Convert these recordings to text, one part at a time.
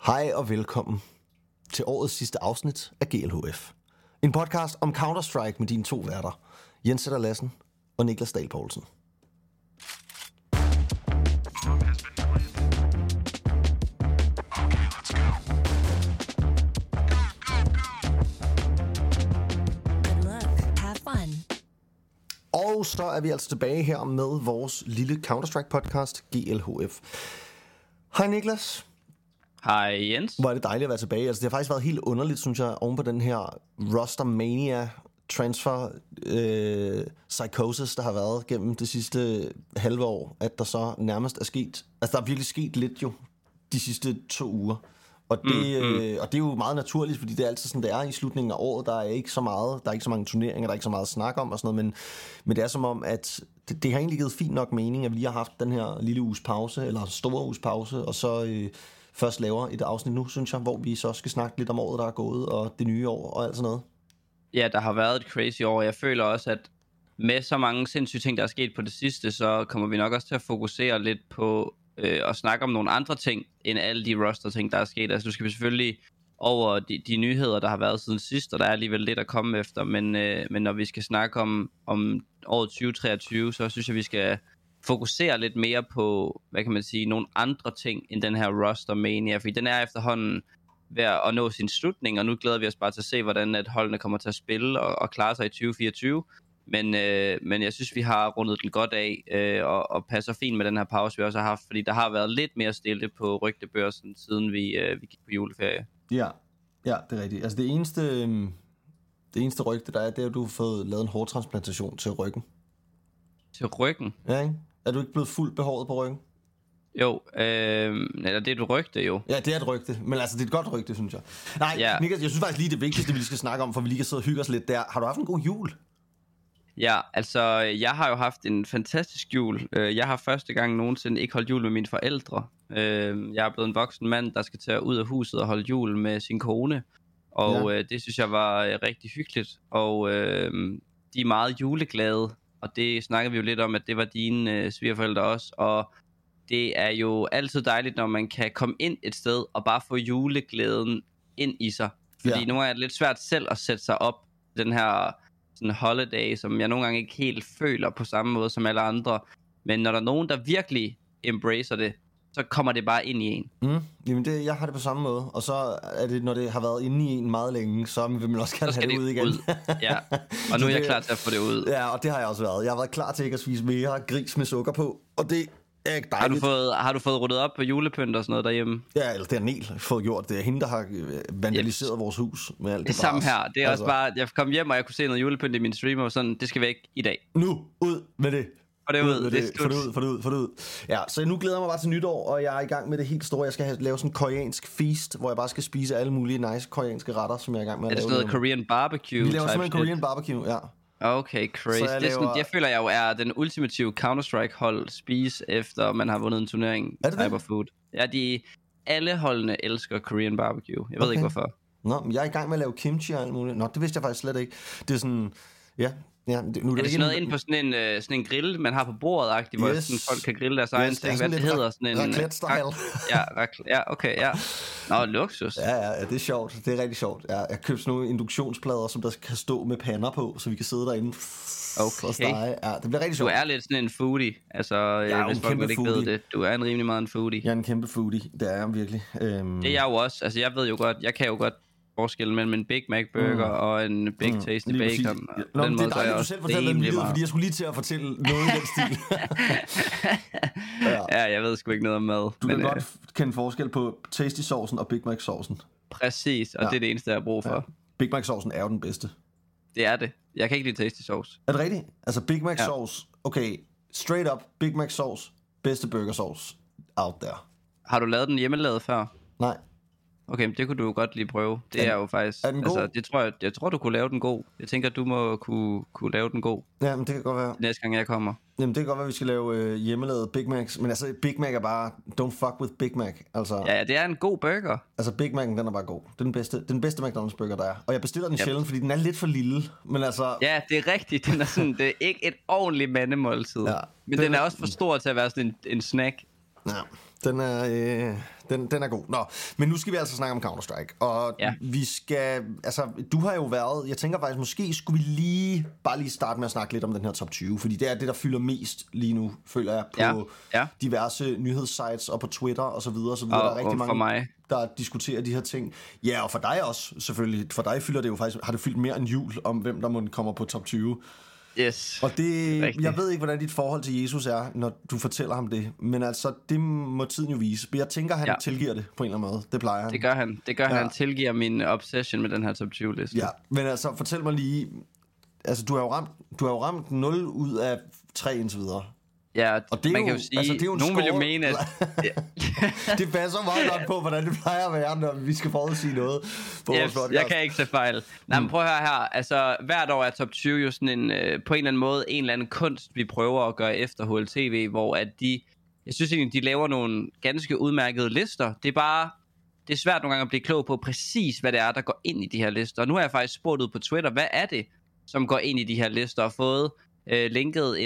Hej og velkommen til årets sidste afsnit af GLHF. En podcast om Counter-Strike med dine to værter, Jens Sætter Lassen og Niklas Dahl Poulsen. Og så er vi altså tilbage her med vores lille Counter-Strike podcast, GLHF. Hej Niklas. Hej Jens. Hvor er det dejligt at være tilbage. Altså, det har faktisk været helt underligt, synes jeg, oven på den her roster mania transfer psychosis, der har været gennem det sidste halve år, at der så nærmest er sket, altså der er virkelig sket lidt jo de sidste 2 uger. Og det, og det er jo meget naturligt, fordi det er altid sådan, det er i slutningen af året. Der er ikke så meget, der er ikke så mange turneringer, der er ikke så meget at snakke om og sådan noget, men det er som om, at det har egentlig givet fint nok mening, at vi lige har haft den her lille uges pause, eller store uges pause, og så først laver et afsnit nu, synes jeg, hvor vi så skal snakke lidt om året, der er gået, og det nye år og alt sådan noget. Ja, der har været et crazy år. Jeg føler også, at med så mange sindssyge ting, der er sket på det sidste, så kommer vi nok også til at fokusere lidt på at snakke om nogle andre ting, end alle de roster-ting, der er sket. Altså, du skal selvfølgelig over de nyheder, der har været siden sidst, og der er alligevel lidt at komme efter, men når vi skal snakke om året 2023, så synes jeg, vi skal fokusere lidt mere på, hvad kan man sige, nogle andre ting end den her roster mania, fordi den er efterhånden ved at nå sin slutning, og nu glæder vi os bare til at se, hvordan at holdene kommer til at spille og klare sig i 2024. Men jeg synes, vi har rundet den godt af, og passer fint med den her pause, vi også har haft, fordi der har været lidt mere stille på rygtebørsen, siden vi gik på juleferie. Ja, det er rigtigt. Altså det eneste rygte, der er, det er, at du har fået lavet en hårtransplantation til ryggen. Til ryggen? Ja, ikke? Er du ikke blevet fuldt behåret på ryggen? Jo, eller det er et rygte jo. Ja, det er et rygte, men altså det er et godt rygte, synes jeg. Nej, ja. Niklas, jeg synes faktisk lige det vigtigste, vi lige skal snakke om, for vi lige kan sidde og hygge os lidt der. Har du haft en god jul? Ja, altså jeg har jo haft en fantastisk jul. Jeg har første gang nogensinde ikke holdt jul med mine forældre. Jeg er blevet en voksen mand, der skal tage ud af huset og holde jul med sin kone. Og det synes jeg var rigtig hyggeligt. Og de er meget juleglade. Og det snakkede vi jo lidt om, at det var dine svigerforældre også. Og det er jo altid dejligt, når man kan komme ind et sted og bare få juleglæden ind i sig. Fordi nogle gange er det lidt svært selv at sætte sig op den her sådan holiday, som jeg nogle gange ikke helt føler på samme måde som alle andre. Men når der er nogen, der virkelig embracer det, så kommer det bare ind i en. Jamen jeg har det på samme måde. Og så er det, når det har været inde i en meget længe, så vil man også gerne have det ud igen. Ja, og nu er jeg klar til at få det ud. Ja, og det har jeg også været. Jeg har været klar til ikke at spise mere gris med sukker på, og det er ikke dejligt. Har du fået ryddet op på julepynt og sådan noget derhjemme? Ja, eller det har Niel fået gjort. Det er hende, der har vandaliseret vores hus med alt det samme her. Det er også bare, jeg kom hjem, og jeg kunne se noget julepynt i min streamer, og sådan, det skal væk i dag. Nu, ud med det. Få det ud. Ja, så nu glæder jeg mig bare til nytår, og jeg er i gang med det helt store. Jeg skal lave sådan en koreansk feast, hvor jeg bare skal spise alle mulige nice koreanske retter, som jeg er i gang med at lave. Er det sådan noget Korean barbecue? Vi laver simpelthen Korean barbecue, ja. Okay, crazy. Det er sådan, jeg føler jeg jo er den ultimative Counter-Strike hold spise, efter man har vundet en turnering. Er det det? Cyberfood. Ja, alle holdene elsker Korean barbecue. Jeg ved ikke hvorfor. Nå, men jeg er i gang med at lave kimchi og alt muligt. Nå, det vidste jeg faktisk slet ikke. Det er sådan, ja, nu er det sådan noget inde på sådan en grill, man har på bordet-agtigt, hvor sådan folk kan grille deres egen ting. Hvad det hedder? Sådan en raclette-style. Ja, okay, ja. Nå, luksus. Ja, det er sjovt. Det er rigtig sjovt. Ja, jeg købte sådan nogle induktionsplader, som der kan stå med pander på, så vi kan sidde derinde og stege. Ja, det bliver rigtig sjovt. Du er lidt sådan en foodie. Altså, hvis folk ikke ved det. Du er en rimelig meget en foodie. Jeg er en kæmpe foodie. Det er jeg virkelig. Det er jeg jo også. Altså, jeg kan jo godt forskellen mellem en Big Mac burger og en Big Tasty Bacon. Nå, det er dejligt, du selv fortæller den nyhed, fordi jeg skulle lige til at fortælle noget i den stil. Ja, jeg ved sgu ikke noget om mad. Du kan godt kende forskel på Tasty saucen og Big Mac saucen. Præcis, og det er det eneste, jeg har brug for. Ja. Big Mac saucen er jo den bedste. Det er det. Jeg kan ikke lide Tasty sauce. Er det rigtigt? Altså Big Mac sauce, okay, straight up, Big Mac sauce, bedste burger sauce out there. Har du lavet den hjemmelavet før? Nej. Okay, men det kunne du jo godt lige prøve. Det er jo faktisk... Er den god? Altså, jeg tror, du kunne lave den god. Jeg tænker, du må kunne lave den god. Ja, men det kan godt være. Næste gang jeg kommer. Jamen, det kan godt være, at vi skal lave hjemmelavet Big Macs. Men altså, Big Mac er bare... Don't fuck with Big Mac. Altså, ja, det er en god burger. Altså, Big Mac'en, den er bare god. Det er den bedste McDonald's burger, der er. Og jeg bestiller den sjældent, fordi den er lidt for lille. Men altså... Ja, det er rigtigt. Den er sådan, det er ikke et ordentligt mandemåltid. Ja, men den er også for stor til at være sådan en snack. Ja, den er god. Nå, men nu skal vi altså snakke om Counter-Strike. Og vi skal, altså, du har jo været, jeg tænker faktisk, måske skulle vi bare lige starte med at snakke lidt om den her top 20, fordi det er det, der fylder mest lige nu, føler jeg, på diverse nyhedssites og på Twitter og så videre, så videre. Der er rigtig mange, der diskuterer de her ting. Ja, og for dig også, selvfølgelig. For dig fylder det jo faktisk, har det fyldt mere end jul om, hvem der kommer på top 20. Yes. Og det, jeg ved ikke, hvordan dit forhold til Jesus er, når du fortæller ham det, men altså, det må tiden jo vise. Men jeg tænker, han tilgiver det på en eller anden måde. Det plejer han. Det gør han. Han tilgiver min obsession med den her top 20-liste. Ja, men altså, fortæl mig lige, altså, du har jo ramt 0 ud af 3 indtil videre. Ja, og det man jo, kan jo sige, altså, det er jo nogen vil jo mene, at... det passer meget godt på, hvordan det plejer at være, når vi skal forudsige noget på vores podcast. Jeg kan ikke tage fejl. Nej, men prøv at høre her. Altså, hvert år er top 20 jo sådan en, på en eller anden måde, en eller anden kunst, vi prøver at gøre efter HLTV, hvor at jeg synes egentlig, de laver nogle ganske udmærkede lister. Det er svært nogle gange at blive klog på præcis, hvad det er, der går ind i de her lister. Og nu har jeg faktisk spurgt ud på Twitter, hvad er det, som går ind i de her lister, og fået linket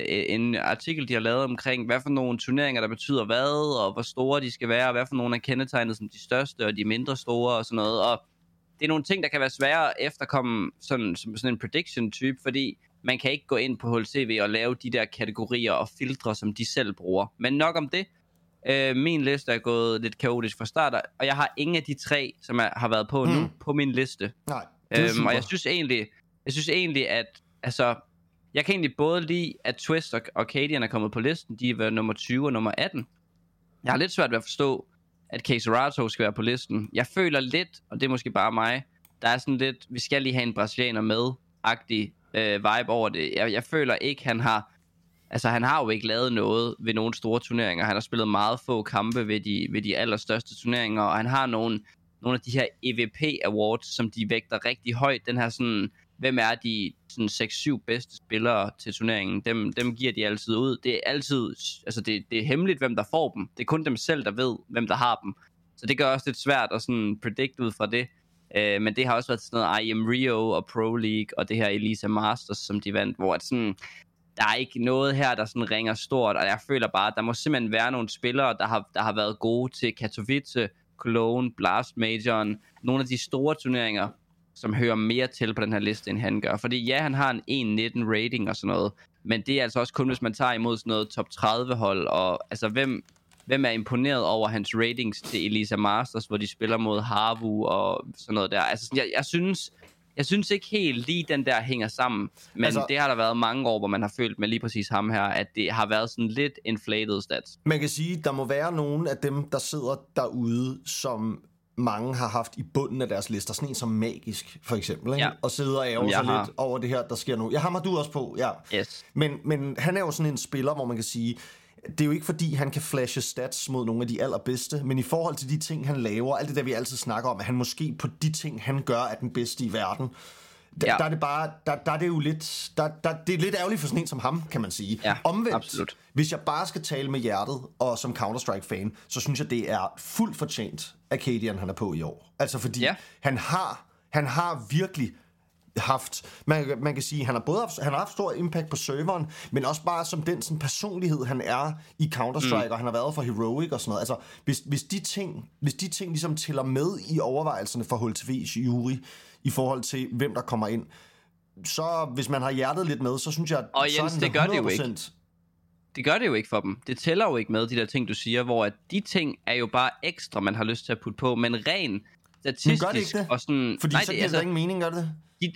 en artikel, de har lavet omkring, hvad for nogle turneringer, der betyder hvad, og hvor store de skal være, og hvad for nogle er kendetegnet som de største, og de mindre store, og sådan noget. Og det er nogle ting, der kan være svære at efterkomme som sådan en prediction-type, fordi man kan ikke gå ind på HLTV og lave de der kategorier og filtre, som de selv bruger. Men nok om det. Min liste er gået lidt kaotisk fra start, og jeg har ingen af de 3, som har været på nu, på min liste. Nej, og jeg synes egentlig, at altså, jeg kan egentlig både lide, at Twist og Cadian er kommet på listen. De er været nummer 20 og nummer 18. Jeg har lidt svært ved at forstå, at K-Serato skal være på listen. Jeg føler lidt, og det er måske bare mig, der er sådan lidt, vi skal lige have en brasilianer med-agtig vibe over det. Jeg føler ikke, han har jo ikke lavet noget ved nogle store turneringer. Han har spillet meget få kampe ved de allerstørste turneringer, og han har nogle af de her EVP Awards, som de vægter rigtig højt. Den her sådan, hvem er de sådan 6-7 bedste spillere til turneringen? Dem giver de altid ud. Det er altid, altså det er hemmeligt, hvem der får dem. Det er kun dem selv, der ved, hvem der har dem. Så det gør også lidt svært at sådan predict ud fra det. Men det har også været sådan noget IM Rio og Pro League og det her Elisa Masters, som de vandt, hvor at sådan, der er ikke noget her, der sådan ringer stort, og jeg føler bare, at der må simpelthen være nogle spillere, der har været gode til Katowice, Cologne, Blast Majoren, nogle af de store turneringer, som hører mere til på den her liste, end han gør. Fordi ja, han har en 1.19 rating og sådan noget, men det er altså også kun, hvis man tager imod sådan noget top 30 hold, og altså hvem er imponeret over hans ratings til Elisa Masters, hvor de spiller mod Harvu og sådan noget der. Altså jeg synes ikke helt lige den der hænger sammen, men altså, det har der været mange år, hvor man har følt med lige præcis ham her, at det har været sådan lidt inflated stats. Man kan sige, der må være nogen af dem, der sidder derude, som mange har haft i bunden af deres lister, sådan en som Magisk for eksempel, ikke? Ja. Og sidder og ærger sig lidt over det her, der sker nu. Jeg hammer du også på, ja. Yes. Men han er jo sådan en spiller, hvor man kan sige, det er jo ikke fordi, han kan flashe stats mod nogle af de allerbedste, men i forhold til de ting, han laver, alt det der, vi altid snakker om, at han måske på de ting, han gør, er den bedste i verden. Der er det bare, der er det jo lidt, det er lidt ærgerligt for sådan en som ham, kan man sige. Ja, omvendt, absolut. Hvis jeg bare skal tale med hjertet, og som Counter-Strike-fan, så synes jeg, det er fuldt fortjent, at Cadian han er på i år. Altså fordi han har virkelig haft, man kan sige, han har haft stor impact på serveren, men også bare som den sådan personlighed han er i Counter-Strike, og han har været for Heroic og sådan noget. Altså hvis de ting ligesom tæller med i overvejelserne for HLTV's jury i forhold til hvem der kommer ind, så hvis man har hjertet lidt med, så synes jeg, og Jens, det gør 100%. Det jo ikke. Det gør det jo ikke for dem. Det tæller jo ikke med, de der ting, du siger, hvor at de ting er jo bare ekstra, man har lyst til at putte på, men ren statistisk. Men gør det ikke det? Og sådan, fordi så giver det ingen mening, gør det?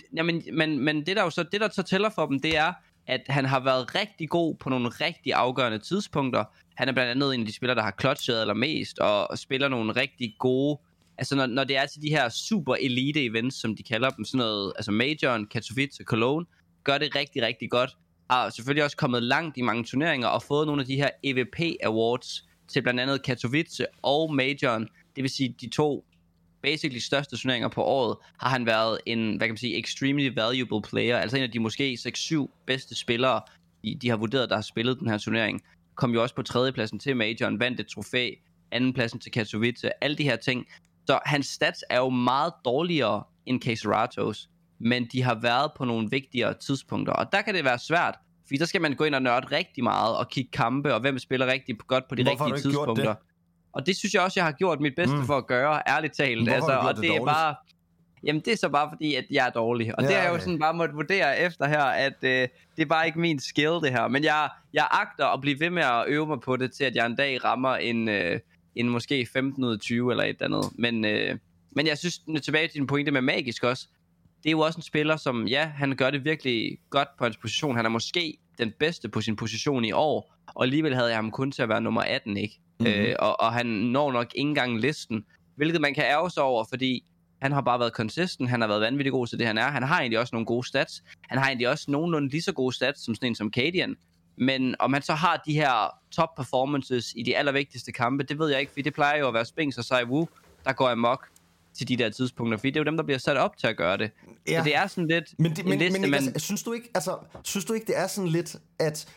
Men det der så tæller for dem, det er, at han har været rigtig god på nogle rigtig afgørende tidspunkter. Han er blandt andet en af de spillere, der har clutchet allermest, og spiller nogle rigtig gode, altså når det er til de her super elite events, som de kalder dem, sådan noget, altså Majoren, Katowice, Cologne, gør det rigtig, rigtig godt. Har selvfølgelig også kommet langt i mange turneringer, og fået nogle af de her EVP Awards til blandt andet Katowice og Majoren, det vil sige de to basically største turneringer på året, har han været en, hvad kan man sige, extremely valuable player, altså en af de måske 6-7 bedste spillere, de har vurderet, der har spillet den her turnering. Kom jo også på tredjepladsen til Majoren, vandt et trofæ, andenpladsen til Katowice, alle de her ting. Så hans stats er jo meget dårligere end K-Seratos, men de har været på nogle vigtigere tidspunkter, og der kan det være svært, Fordi der skal man gå ind og nørde rigtig meget og kigge kampe, og hvem spiller rigtig godt på de rigtige tidspunkter. Og det synes jeg også, jeg har gjort mit bedste for at gøre, ærligt talt. Altså, og det er bare... Jamen, det er så bare fordi, at jeg er dårlig. Og det er jeg jo sådan bare måtte vurdere efter her, at det er bare ikke min skill, det her. Men jeg agter at blive ved med at øve mig på det, til at jeg en dag rammer en måske 15 ud af 20 eller et eller andet. Men jeg synes, tilbage til din pointe med magisk også, det er jo også en spiller, som, ja, han gør det virkelig godt på hans position. Han er måske den bedste på sin position i år, og alligevel havde jeg ham kun til at være nummer 18, ikke? Og han når nok ikke engang listen, hvilket man kan ærge sig over, fordi han har bare været consistent, han har været vanvittig god til det, han er. Han har egentlig også nogle gode stats. Han har egentlig også nogenlunde lige så gode stats som sådan en som Cadian. Men om han så har de her top performances i de allervigtigste kampe, det ved jeg ikke, fordi det plejer jo at være Spinks og ZywOo, der går amok til de der tidspunkter, fordi det er jo dem, der bliver sat op til at gøre det. Ja. Så det er sådan lidt men synes du ikke, det er sådan lidt, at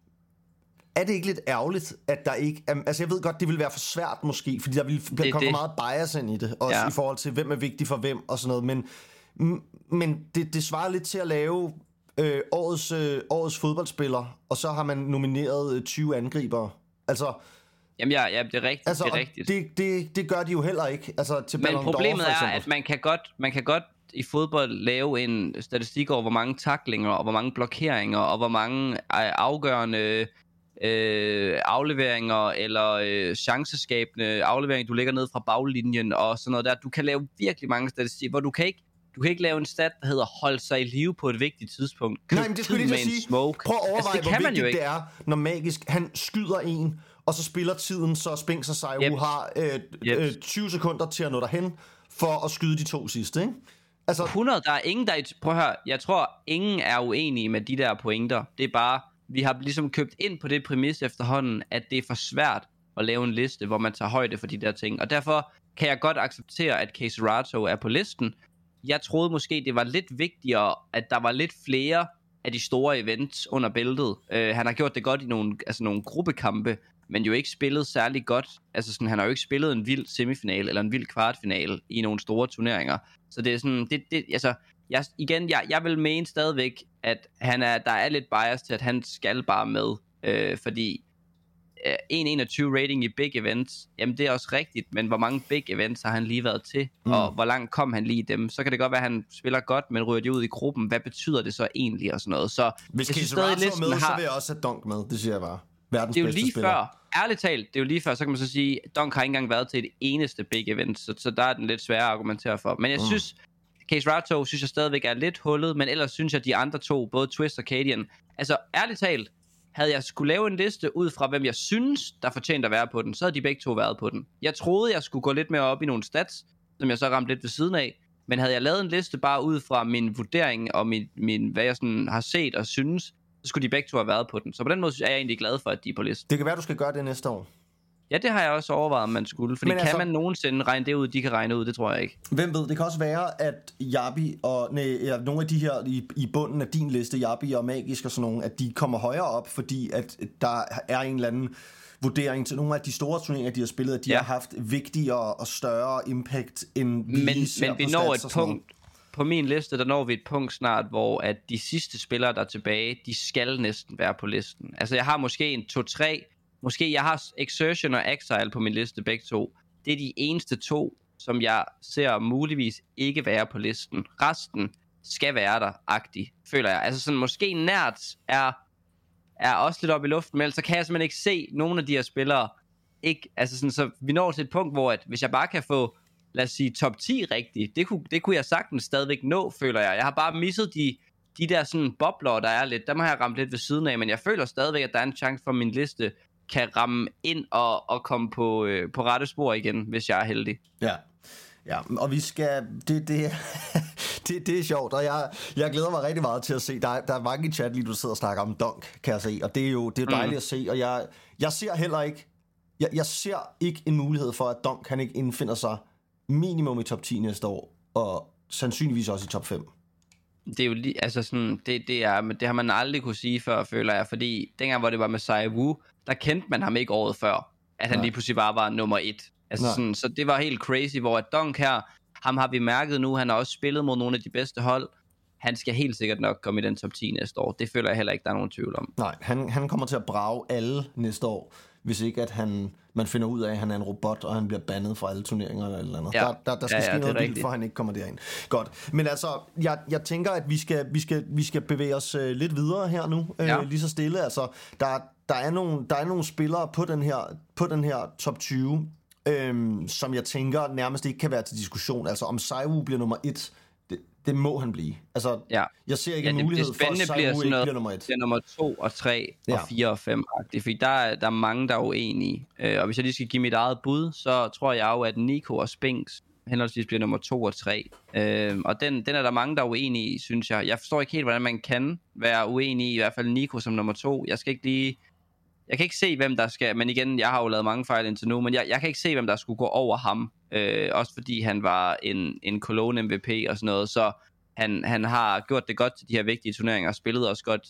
er det ikke lidt ærgerligt, at der ikke... Altså, jeg ved godt, det ville være for svært måske, fordi der ville komme meget bias ind i det, også i forhold til, hvem er vigtig for hvem og sådan noget, men det svarer lidt til at lave årets fodboldspiller, og så har man nomineret 20 angribere. Altså... Jamen ja, det er rigtigt. Altså, det er rigtigt. Det gør de jo heller ikke. Altså, til men problemet er, at man kan godt i fodbold lave en statistik over, hvor mange tacklinger, og hvor mange blokeringer, og hvor mange afgørende afleveringer, eller chanceskabende afleveringer, du lægger ned fra baglinjen, og sådan noget der. Du kan lave virkelig mange statistikker, hvor du kan ikke lave en stat, der hedder holde sig i live på et vigtigt tidspunkt. Nej, men det skulle lige sige. Prøv at overveje, hvor vigtigt det er, når magisk, han skyder en, og så spiller tiden, så Spinks og ZywOo har 20 sekunder til at nå derhen, for at skyde de to sidste, ikke? Altså 100, der er ingen, der... Prøv at høre, jeg tror, ingen er uenige med de der pointer. Det er bare, vi har ligesom købt ind på det præmis efterhånden, at det er for svært at lave en liste, hvor man tager højde for de der ting. Og derfor kan jeg godt acceptere, at Caserato er på listen. Jeg troede måske, det var lidt vigtigere, at der var lidt flere af de store events under bæltet. Han har gjort det godt i nogle gruppekampe, men jo ikke spillet særlig godt. Altså sådan, han har jo ikke spillet en vild semifinal eller en vild kvartfinal i nogle store turneringer. Så det er sådan, jeg vil mene stadigvæk, at der er lidt bias til, at han skal bare med, fordi 1.21 rating i big events, jamen det er også rigtigt, men hvor mange big events har han lige været til, og hvor langt kom han lige i dem? Så kan det godt være, at han spiller godt, men ryger de ud i gruppen. Hvad betyder det så egentlig og sådan noget? Så hvis Caserato er med, så vil jeg også have Dunk med, det siger jeg bare. Det er jo lige før, ærligt talt, det er jo lige før, så kan man så sige, Dunk har ikke engang været til et eneste big event, så der er den lidt sværere at argumentere for. Men jeg synes, Caserato synes jeg stadigvæk er lidt hullet, men ellers synes jeg, de andre to, både Twist og Cadian, altså ærligt talt, havde jeg skulle lave en liste ud fra, hvem jeg synes, der fortjente at være på den, så havde de begge to været på den. Jeg troede, jeg skulle gå lidt mere op i nogle stats, som jeg så ramte lidt ved siden af, men havde jeg lavet en liste bare ud fra min vurdering og hvad jeg sådan har set og synes, så skulle de begge to have været på den. Så på den måde er jeg egentlig glad for, at de er på listen. Det kan være, du skal gøre det næste år. Ja, det har jeg også overvejet, om man skulle. Fordi kan man nogensinde regne det ud, de kan regne ud? Det tror jeg ikke. Hvem ved, det kan også være, at Jabi og nogle af de her i bunden af din liste, Jabi og Magisk og sådan nogle, at de kommer højere op, fordi at der er en eller anden vurdering til nogle af de store turneringer, de har spillet, at de har haft vigtigere og større impact, end vi ser men vi når et punkt. På min liste, der når vi et punkt snart, hvor at de sidste spillere, der er tilbage, de skal næsten være på listen. Altså, jeg har måske en 2-3. Måske jeg har Exertion og Exile på min liste, begge to. Det er de eneste to, som jeg ser muligvis ikke være på listen. Resten skal være der-agtigt, føler jeg. Altså sådan, måske nært er også lidt op i luften, men ellers så kan jeg simpelthen ikke se nogen af de her spillere. Ikke, altså sådan, så vi når til et punkt, hvor at, hvis jeg bare kan få, lad os sige, top 10 rigtigt, det kunne jeg sagtens stadigvæk nå, føler jeg. Jeg har bare misset de der sådan bobler, der er lidt, dem har jeg ramt lidt ved siden af, men jeg føler stadigvæk, at der er en chance for, min liste kan ramme ind og komme på rette spor igen, hvis jeg er heldig. Ja, og vi skal... Det er sjovt, og jeg glæder mig rigtig meget til at se. Der er mange i chat lige, du sidder og snakker om Dunk, kan jeg se, og det er jo dejligt at se, og jeg ser heller ikke... Jeg ser ikke en mulighed for, at Dunk kan ikke indfinder sig minimum i top 10 næste år, og sandsynligvis også i top 5. Det er jo lige, altså sådan, det har man aldrig kunne sige før, føler jeg, fordi dengang, hvor det var med ZywOo, der kendte man ham ikke året før, at han lige pludselig bare var nummer 1. Altså sådan, så det var helt crazy, hvor at Dunk her, ham har vi mærket nu, han har også spillet mod nogle af de bedste hold. han skal helt sikkert nok komme i den top 10 næste år. Det føler jeg heller ikke, der er nogen tvivl om. Nej, han kommer til at brage alle næste år, hvis ikke at man finder ud af, at han er en robot, og han bliver bandet fra alle turneringer eller andet. Ja. Der skal ske noget vildt, for han ikke kommer derind. Godt. Men altså, jeg tænker, at vi skal bevæge os lidt videre her nu, lige så stille. Altså, der er nogle spillere på den her top 20, som jeg tænker nærmest ikke kan være til diskussion. Altså, om ZywOo bliver nummer 1, det må han blive. Altså, jeg ser ikke en mulighed for, at ZywOo ikke bliver nummer 1. Det er nummer 2 og 3 og 4 og 5. Fordi der er mange, der er uenige. Og hvis jeg lige skal give mit eget bud, så tror jeg jo, at Nico og Spinks henholdsvis bliver nummer 2 og 3. Og den er der mange, der er uenige i, synes jeg. Jeg forstår ikke helt, hvordan man kan være uenig i hvert fald Nico som nummer 2. Jeg kan ikke se, hvem der skal... Men igen, jeg har jo lavet mange fejl indtil nu, men jeg kan ikke se, hvem der skulle gå over ham. Også fordi han var en Cologne MVP og sådan noget, så han har gjort det godt til de her vigtige turneringer, og spillet også godt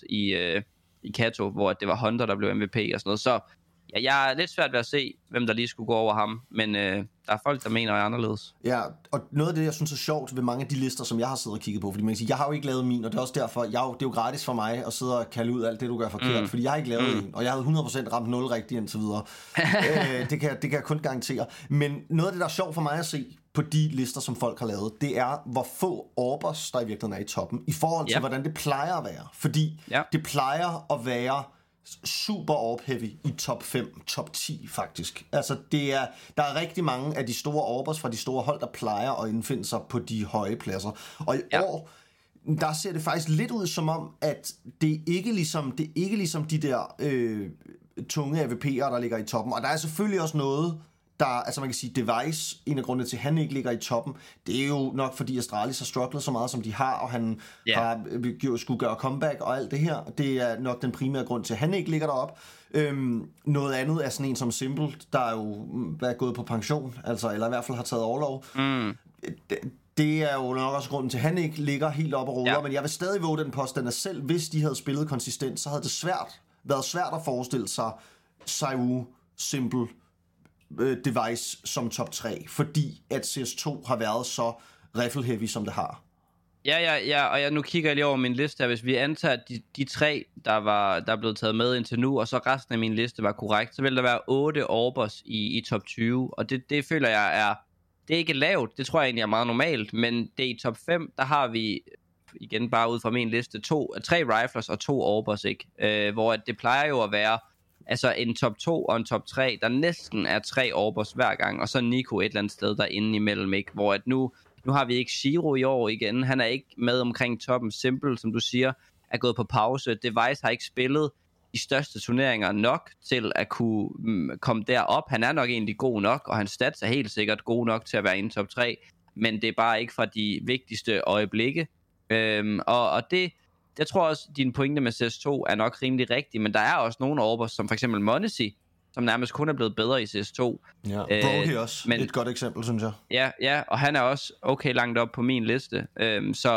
i Kato, hvor det var Hunter, der blev MVP og sådan noget. Så jeg er lidt svært ved at se, hvem der lige skulle gå over ham, men der er folk, der mener, er anderledes. Ja, og noget af det, jeg synes er sjovt ved mange af de lister, som jeg har siddet og kigget på, fordi man kan sige, jeg har jo ikke lavet min, og det er også derfor, det er jo gratis for mig at sidde og kalde ud alt det, du gør forkert, fordi jeg har ikke lavet en, og jeg havde 100% ramt 0 rigtigt indtil videre. Det kan jeg kun garantere. Men noget af det, der er sjovt for mig at se på de lister, som folk har lavet, det er, hvor få orbers, der i virkeligheden er i toppen, i forhold til, hvordan det plejer at være. Fordi det plejer at være super orb-heavy i top 5, top 10 faktisk. Altså der er rigtig mange af de store orbers fra de store hold, der plejer at indfinde sig på de høje pladser. Og i år, der ser det faktisk lidt ud som om, at det ikke ligesom de der tunge AVP'er, der ligger i toppen. Og der er selvfølgelig også noget, altså man kan sige, Device, en af grundene til, at han ikke ligger i toppen, det er jo nok fordi Astralis har strugglet så meget, som de har, og han har skulle gøre comeback og alt det her. Det er nok den primære grund til, at han ikke ligger deroppe. Noget andet er sådan en som Simple, der er jo gået på pension, altså, eller i hvert fald har taget orlov. Det er jo nok også grunden til, at han ikke ligger helt oppe og roder, men jeg vil stadig våge den påstand, at selv hvis de havde spillet konsistent, så havde det været svært at forestille sig ZywOo, Simple, Device som top 3, fordi at CS2 har været så rifle-heavy, som det har. Ja, og nu kigger jeg lige over min liste her. Hvis vi antager, at de 3, der er blevet taget med indtil nu, og så resten af min liste var korrekt, så vil der være 8 orbers i top 20, og det føler jeg det er ikke lavt, det tror jeg egentlig er meget normalt, men det i top 5, der har vi, igen bare ud fra min liste, 3 riflers og 2 orbers, ikke? Hvor det plejer jo at være altså en top 2 og en top 3, der næsten er 3 orbers hver gang, og så Nico et eller andet sted derinde imellem, ikke? Hvor at nu har vi ikke Shiro i år igen, han er ikke med omkring toppen. Simple, som du siger, er gået på pause. Device har ikke spillet de største turneringer nok til at kunne komme derop. Han er nok egentlig god nok, og hans stats er helt sikkert god nok til at være inde i top 3, men det er bare ikke fra de vigtigste øjeblikke. Og det... Jeg tror også, at din pointe med CS2 er nok rimelig rigtig, men der er også nogle orbers, som for eksempel Monesi, som nærmest kun er blevet bedre i CS2. Ja, Broky også, men, et godt eksempel, synes jeg. Ja, og han er også okay langt op på min liste. Så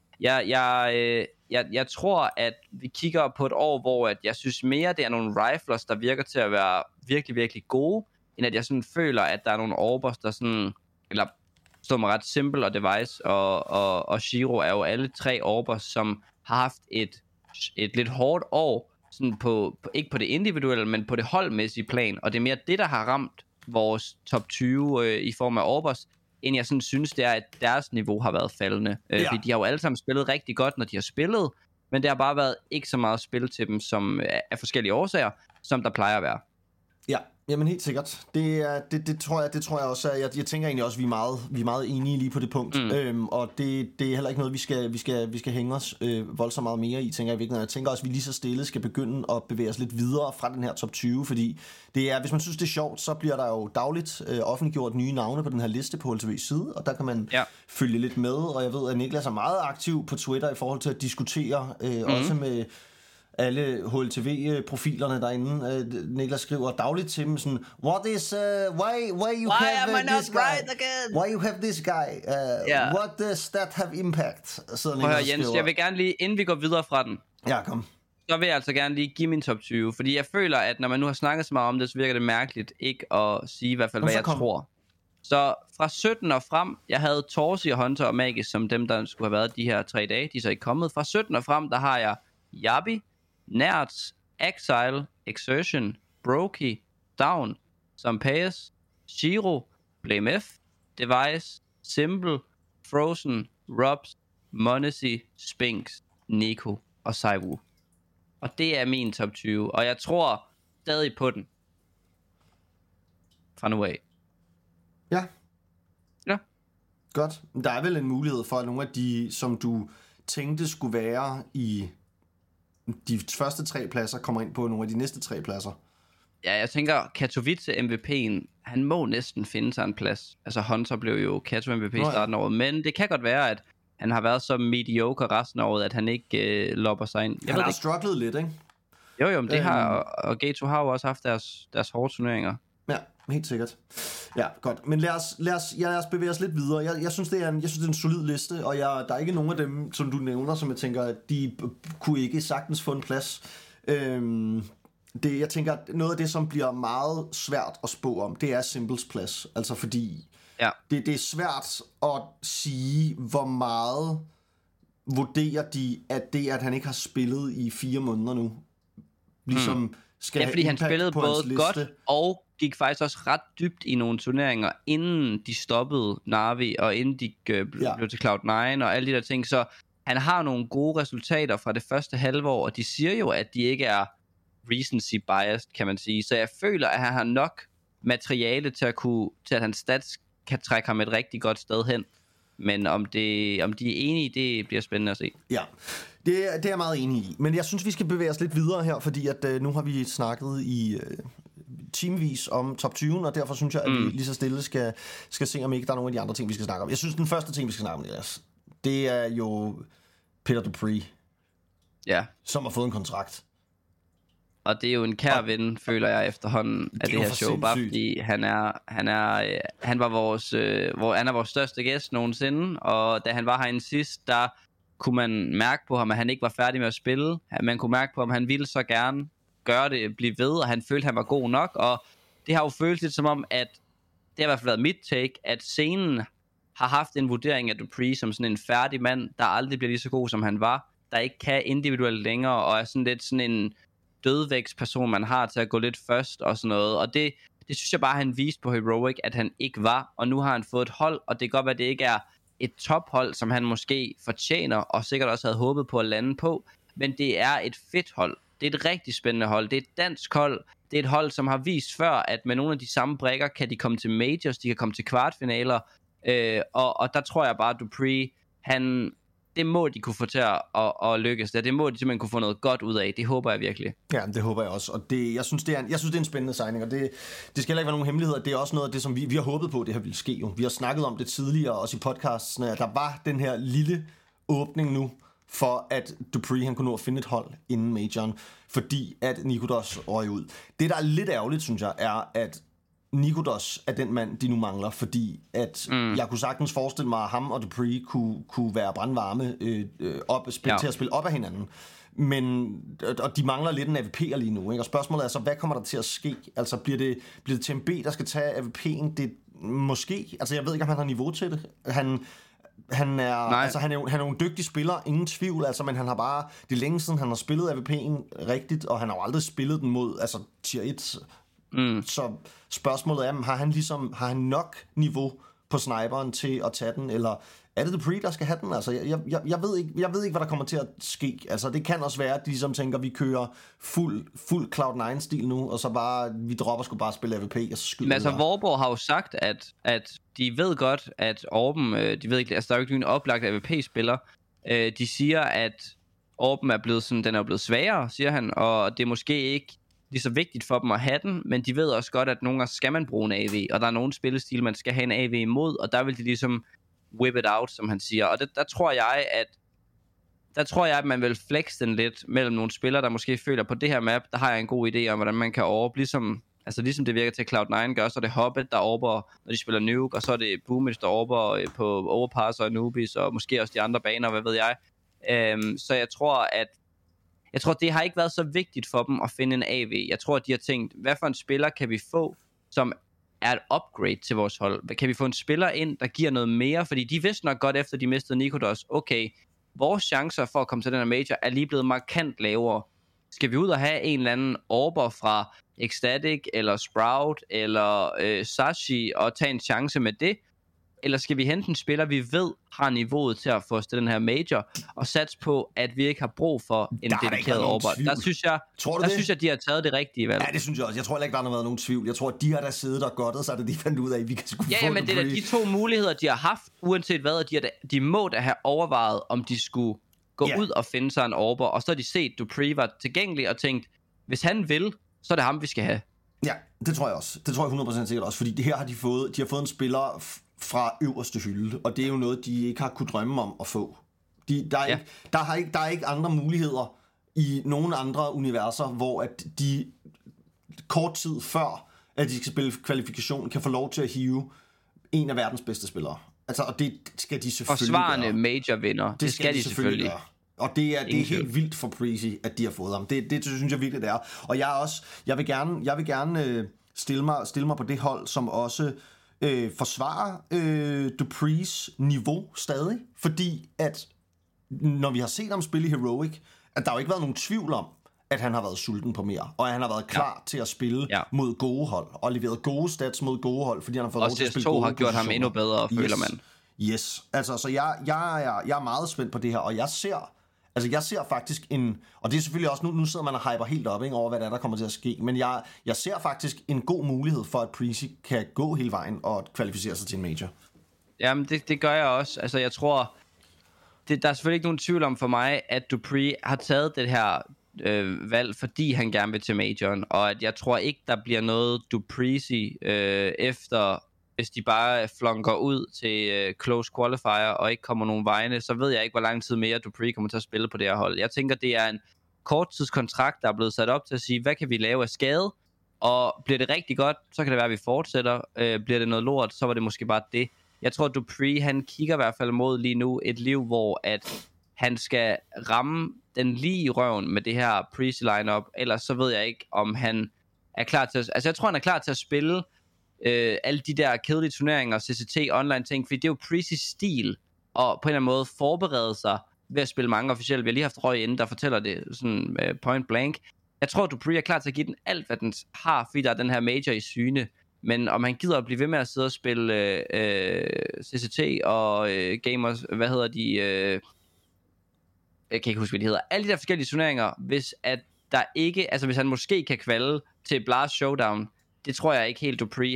jeg tror, at vi kigger på et år, hvor at jeg synes mere, det er nogle riflers, der virker til at være virkelig, virkelig gode, end at jeg sådan føler, at der er nogle orbers, der sådan... Eller står mig ret Simple, og Device og Shiro er jo alle 3 orbers, som har haft et lidt hårdt år, sådan ikke på det individuelle, men på det holdmæssige plan, og det er mere det, der har ramt vores top 20 i form af orbers, end jeg sådan synes, det er, at deres niveau har været faldende. Fordi de har jo alle sammen spillet rigtig godt, når de har spillet, men det har bare været ikke så meget spil til dem, som af forskellige årsager, som der plejer at være. Ja, jamen helt sikkert. Det tror jeg også. Jeg tænker egentlig også, at vi er meget enige lige på det punkt. Og det er heller ikke noget, vi skal hænge os voldsomt meget mere i, tænker jeg virkelig. Jeg tænker også, at vi lige så stille skal begynde at bevæge os lidt videre fra den her top 20, fordi det er, hvis man synes, det er sjovt, så bliver der jo dagligt offentliggjort nye navne på den her liste på HLTV's side, og der kan man følge lidt med. Og jeg ved, at Niklas er meget aktiv på Twitter i forhold til at diskutere, også med alle HLTV-profilerne derinde. Niklas skriver dagligt til dem sådan, what is, why you have this guy? Right again? Why you have this guy? What does that have impact? Så Prøv at høre, Jens, jeg vil gerne lige, inden vi går videre fra den, kom. Så vil jeg altså gerne lige give min top 20, fordi jeg føler, at når man nu har snakket så meget om det, så virker det mærkeligt ikke at sige i hvert fald, hvad jeg tror. Så fra 17 og frem, jeg havde Torsi og Hunter og Magus som dem, der skulle have været de her 3 dage. De er så ikke kommet. Fra 17 og frem, der har jeg Yabi, Nerds, Exile, Exertion, Brokey, Down, Sampayas, Shiro, Blame F, Device, Simple, Frozen, Robs, Monesi, Spinks, Nico og Saiwu. Og det er min top 20, og jeg tror stadig på den. Fra nu af. Ja. Ja. Godt. Der er vel en mulighed for, at nogle af de, som du tænkte skulle være i de første 3 pladser, kommer ind på nogle af de næste 3 pladser. Ja, jeg tænker, Katowice MVP'en, han må næsten finde sig en plads. Altså Hunter blev jo Kato MVP i starten af året, men det kan godt være, at han har været så mediocre resten af året, at han ikke lopper sig ind. Han har strugglet lidt, ikke? Jo, men det har, og Gato har jo også haft deres hårde turneringer. Ja, helt sikkert. Ja, godt. Men lad os bevæge os lidt videre. Jeg synes, det er en solid liste, og der er ikke nogen af dem, som du nævner, som jeg tænker, at de kunne ikke sagtens få en plads. Jeg tænker, at noget af det, som bliver meget svært at spå om, det er Simples plads. Altså fordi det er svært at sige, hvor meget vurderer de, at det, at han ikke har spillet i 4 måneder nu, ligesom skal have fordi han spillede både godt og gik faktisk også ret dybt i nogle turneringer, inden de stoppede Na'Vi, og inden de blev til Cloud9 og alle de der ting. Så han har nogle gode resultater fra det første halvår, og de siger jo, at de ikke er recency biased, kan man sige. Så jeg føler, at han har nok materiale til at hans stats kan trække ham et rigtig godt sted hen. Men om de er enige, det bliver spændende at se. Ja, det er jeg meget enig i. Men jeg synes, vi skal bevæge os lidt videre her, fordi at nu har vi snakket i timevis om top 20, og derfor synes jeg, at vi lige så stille skal se, om ikke der er nogle af de andre ting, vi skal snakke om. Jeg synes, den første ting, vi skal snakke om, det er jo Peter Dupree, som har fået en kontrakt. Og det er jo en kær ven, føler jeg efterhånden af det her show, bare fordi han er vores største gæst nogensinde, og da han var herinde sidst, der kunne man mærke på ham, at han ikke var færdig med at spille. Man kunne mærke på ham, at han ville så gerne gøre det, blive ved, og han følte, at han var god nok, og det har jo følt lidt som om, at det har i hvert fald været mit take, at scenen har haft en vurdering af Dupree som sådan en færdig mand, der aldrig bliver lige så god, som han var, der ikke kan individuelt længere, og er sådan lidt sådan en dødvægtsperson, man har til at gå lidt først og sådan noget, og det synes jeg bare, han viste på Heroic, at han ikke var, og nu har han fået et hold, og det kan godt være, at det ikke er et tophold, som han måske fortjener, og sikkert også havde håbet på at lande på, men det er et fedt hold. Det er et rigtig spændende hold. Det er et dansk hold. Det er et hold, som har vist før, at med nogle af de samme brikker, kan de komme til majors, de kan komme til kvartfinaler, og der tror jeg bare, at Dupree, det må de kunne få til at lykkes. Det må de simpelthen kunne få noget godt ud af. Det håber jeg virkelig. Ja, det håber jeg også. Og jeg synes, det er en spændende signing, og det skal heller ikke være nogen hemmeligheder. Det er også noget af det, som vi har håbet på, det her ville ske. Jo. Vi har snakket om det tidligere, også i podcasten, at der var den her lille åbning nu, for at Dupree han kunne nå at finde et hold inden majoren, fordi at Nikodos røg ud. Det, der er lidt ærgerligt, synes jeg, er, at Nikodos er den mand, de nu mangler, fordi at jeg kunne sagtens forestille mig, at ham og Dupree kunne være brandvarme til at spille op af hinanden. Men, og de mangler lidt en AVP'er lige nu, ikke? Og spørgsmålet er så, hvad kommer der til at ske? Altså, bliver det TMB, der skal tage AVP'en? Det måske, altså jeg ved ikke, om han har niveau til det. Han er jo en dygtig spiller, ingen tvivl, altså, men han har bare, det er længe siden, han har spillet AVP'en rigtigt, og han har jo aldrig spillet den mod, altså tier 1. Så spørgsmålet er, har han nok niveau på sniperen til at tage den, eller er det Dupree, der skal have den? Altså, jeg ved ikke, hvad der kommer til at ske. Altså, det kan også være, at de ligesom tænker, at vi kører fuld Cloud9-stil nu, og så bare, vi dropper sgu bare spille AVP, og så skyder vi. Men altså, Vorborg har jo sagt, at de ved godt, at Orben, de ved ikke, altså der er jo ikke en oplagt AVP-spiller. De siger, at Orben er blevet sådan, den er blevet svagere, siger han, og det er måske ikke lige så vigtigt for dem at have den, men de ved også godt, at nogle gange skal man bruge en AV, og der er nogle spillestil, man skal have en AV imod, og der vil de ligesom whip it out, som han siger. Og der tror jeg, at man vil flex den lidt mellem nogle spillere, der måske føler på det her map, der har jeg en god idé om, hvordan man kan overbe, ligesom det virker til Cloud9 gør, så er det Hobbit, der overber, når de spiller Nuke, og så er det Boomage, der overber på Overpass og Nubis, og måske også de andre baner, hvad ved jeg. Så jeg tror, det har ikke været så vigtigt for dem at finde en AV. Jeg tror, at de har tænkt, hvad for en spiller kan vi få, som er et upgrade til vores hold? Kan vi få en spiller ind, der giver noget mere? Fordi de vidste nok godt, efter de mistede Nikodos, okay, vores chancer for at komme til den her major er lige blevet markant lavere. Skal vi ud og have en eller anden Orber fra Ecstatic, eller Sprout, eller Sashi, og tage en chance med det? Eller skal vi hente en spiller, vi ved har niveauet til at få os til den her major, og satse på, at vi ikke har brug for en dedikeret Orber? Der synes jeg, de har taget det rigtige valg. Ja, det synes jeg også. Jeg tror ikke, der har været nogen tvivl. Jeg tror, at de har der siddet og godtet, så er det de fandt ud af, at vi kan sgu få men det er de to muligheder, de har haft, uanset hvad, de må da have overvejet, om de skulle gå ud og finde sig en Orber, og så har de set, at Dupree var tilgængelig, og tænkt, hvis han vil, så er det ham, vi skal have. Ja, det tror jeg også. Det tror jeg 100% sikkert også, fordi det her har de har fået en spiller fra øverste hylde, og det er jo noget, de ikke har kunne drømme om at få. Der er ikke andre muligheder i nogle andre universer, hvor at de kort tid før, at de skal spille kvalifikation, kan få lov til at hive en af verdens bedste spillere. Altså, og det skal de selvfølgelig forsvarende major-vinder. Det skal de selvfølgelig gøre. Og det er helt vildt for Prezi, at de har fået ham. Det synes jeg virkelig, det er. Og jeg vil gerne stille mig på det hold, som også forsvarer Duprees niveau stadig. Fordi at, når vi har set ham spille i Heroic, at der har jo ikke været nogen tvivl om, at han har været sulten på mere, og at han har været klar til at spille mod gode hold, og leveret gode stats mod gode hold, fordi han har fået lov til at spille gode har gjort positioner. Ham endnu bedre, føler man. Yes, altså, så jeg er meget spændt på det her, og jeg ser faktisk og det er selvfølgelig også, nu sidder man og hyper helt op, ikke, over hvad der kommer til at ske, men jeg ser faktisk en god mulighed for, at Prezi kan gå hele vejen og kvalificere sig til en major. Jamen, det gør jeg også. Altså, jeg tror, der er selvfølgelig ikke nogen tvivl om for mig, at Dupree har taget det her valg, fordi han gerne vil til majoren, og at jeg tror ikke, der bliver noget Dupree efter, hvis de bare flunker ud til close qualifier og ikke kommer nogen vegne, så ved jeg ikke, hvor lang tid mere Dupree kommer til at spille på det her hold. Jeg tænker, det er en korttidskontrakt, der er blevet sat op til at sige, hvad kan vi lave af skade, og bliver det rigtig godt, så kan det være, at vi fortsætter. Bliver det noget lort, så var det måske bare det. Jeg tror, Dupree, han kigger i hvert fald mod lige nu et liv, hvor at han skal ramme den lige i røven med det her Prezi lineup, ellers så ved jeg ikke, om han er klar til altså jeg tror, han er klar til at spille alle de der kedelige turneringer, CCT, online ting, fordi det er jo Prezis stil, og på en eller anden måde forberede sig ved at spille mange officielle. Vi har lige haft Røg inden, der fortæller det sådan point blank. Jeg tror, Dupree er klar til at give den alt, hvad den har, fordi der er den her major i syne. Men om han gider at blive ved med at sidde og spille CCT og gamers, hvad hedder de, jeg kan ikke huske, hvad de hedder, alle de der forskellige turneringer, hvis at der ikke, altså hvis han måske kan kvalde til Blast Showdown, det tror jeg ikke helt Dupree,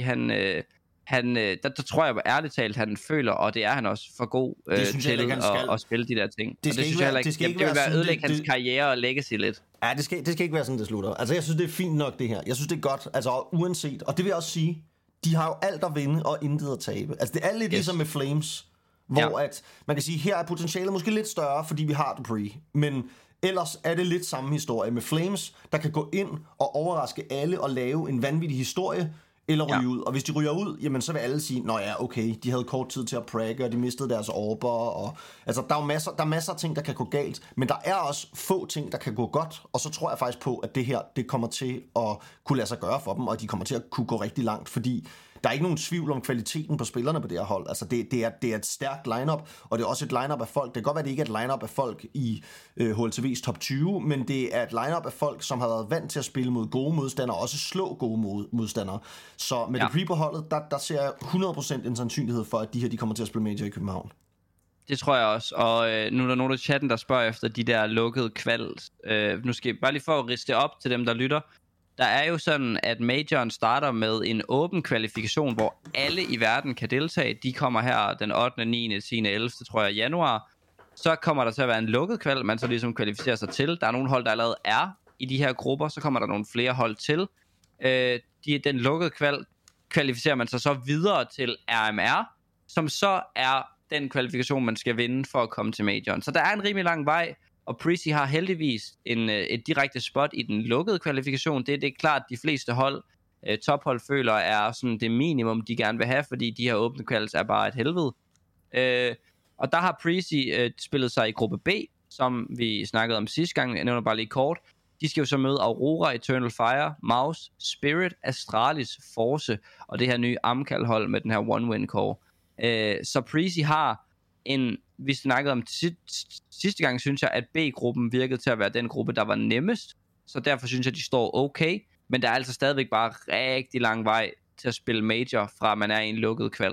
der tror jeg ærligt talt, han føler, og det er han også for god til at spille de der ting. Det synes jeg det vil være ødelægge hans karriere og legacy lidt. Ja, det skal ikke være sådan, det slutter. Altså, jeg synes, det er fint nok, det her. Jeg synes, det er godt, altså uanset, og det vil jeg også sige, de har jo alt at vinde og intet at tabe. Altså, det er lidt ligesom med Flames, hvor at man kan sige, her er potentialet måske lidt større, fordi vi har Dupree, men ellers er det lidt samme historie med Flames, der kan gå ind og overraske alle og lave en vanvittig historie, eller ryge ud. Og hvis de ryger ud, jamen så vil alle sige, nå ja, okay, de havde kort tid til at pragge, og de mistede deres orber, og altså der er masser af ting, der kan gå galt, men der er også få ting, der kan gå godt, og så tror jeg faktisk på, at det her, det kommer til at kunne lade sig gøre for dem, og de kommer til at kunne gå rigtig langt, fordi der er ikke nogen tvivl om kvaliteten på spillerne på det her hold. Altså det er et stærkt lineup, og det er også et lineup af folk. Det kan godt være, det ikke er et lineup af folk i HLTV's top 20, men det er et lineup af folk, som har været vant til at spille mod gode modstandere, og også slå gode modstandere. Så med Dupree på holdet, der ser jeg 100% en sandsynlighed for, at de her de kommer til at spille major i København. Det tror jeg også, og nu er der nogen i chatten, der spørger efter de der lukkede kvals. Nu skal jeg bare lige for at riste op til dem, der lytter. Der er jo sådan, at majoren starter med en åben kvalifikation, hvor alle i verden kan deltage. De kommer her den 8., 9., 10., 11., tror jeg, januar. Så kommer der til at være en lukket kval, man så ligesom kvalificerer sig til. Der er nogle hold, der allerede er i de her grupper, så kommer der nogle flere hold til. Den lukkede kval kvalificerer man sig så videre til RMR, som så er den kvalifikation, man skal vinde for at komme til majoren. Så der er en rimelig lang vej. Og Prezi har heldigvis et direkte spot i den lukkede kvalifikation. Det er klart, at de fleste hold, tophold føler, er sådan det minimum, de gerne vil have, fordi de her åbne kvalds er bare et helvede. Og der har Prezi spillet sig i gruppe B, som vi snakkede om sidste gang. Jeg nævner bare lige kort. De skal jo så møde Aurora, Eternal Fire, Mouse, Spirit, Astralis, Force og det her nye Amcal-hold med den her one-win core. Så Preezy har vi snakkede om sidste gang, synes jeg, at B-gruppen virkede til at være den gruppe, der var nemmest. Så derfor synes jeg, de står okay. Men der er altså stadigvæk bare rigtig lang vej til at spille major, fra man er i en lukket kval.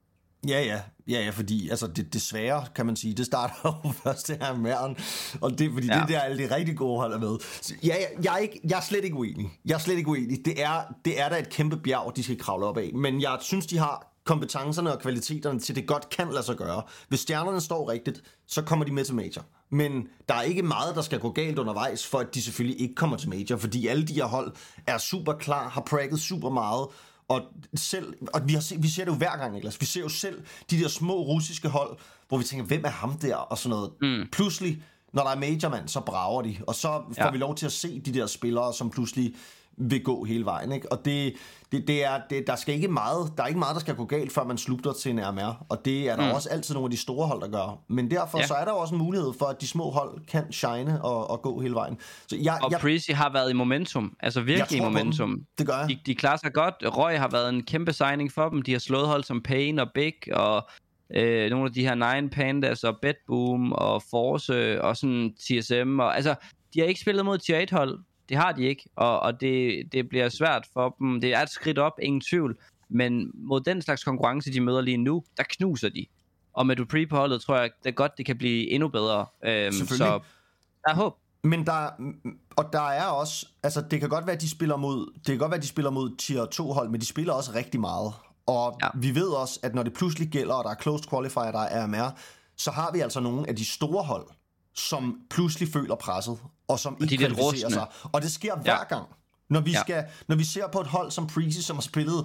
Ja, fordi altså det svære, kan man sige, det starter jo først det her mærken, og det fordi det der alle de rigtig gode hold er med. Så jeg er slet ikke uenig. Det er da et kæmpe bjerg, de skal kravle op af, men jeg synes, de har kompetencerne og kvaliteterne til det godt kan lade sig gøre. Hvis stjernerne står rigtigt, så kommer de med til major. Men der er ikke meget, der skal gå galt undervejs, for at de selvfølgelig ikke kommer til major, fordi alle de her hold er super klar, har pragget super meget. Og vi ser det jo hver gang, Niklas. Vi ser jo selv de der små russiske hold, hvor vi tænker, hvem er ham der? Og sådan noget. Pludselig, når der er majormand, så brager de. Og så får vi lov til at se de der spillere, som pludselig vil gå hele vejen, ikke? Og der skal ikke meget, der er ikke meget, der skal gå galt, før man slugter til en RMR. Og det er der også altid nogle af de store hold, der gør. Men derfor så er der også en mulighed for, at de små hold kan shine og gå hele vejen. Så Preezy har været i momentum, altså virkelig i momentum. Det gør jeg. De klarer sig godt. Røg har været en kæmpe signing for dem. De har slået hold som Pain og Big og nogle af de her Nine Pandas og Bedboom og Force og sådan TSM. Og, altså, de har ikke spillet mod tier 1 hold. Det har de ikke, og det bliver svært for dem. Det er et skridt op, ingen tvivl. Men mod den slags konkurrence, de møder lige nu, der knuser de. Og med Dupree på holdet, tror jeg, det er godt, det kan blive endnu bedre. Så der er håb. Men der er også, altså det kan godt være, at de spiller mod tier 2 hold, men de spiller også rigtig meget. Og vi ved også, at når det pludselig gælder, og der er closed qualifier, der er RMR, så har vi altså nogle af de store hold, som pludselig føler presset, og som ikke kvalificerer sig. Og det sker hver gang. Når vi ser på et hold som Preezy, som har spillet,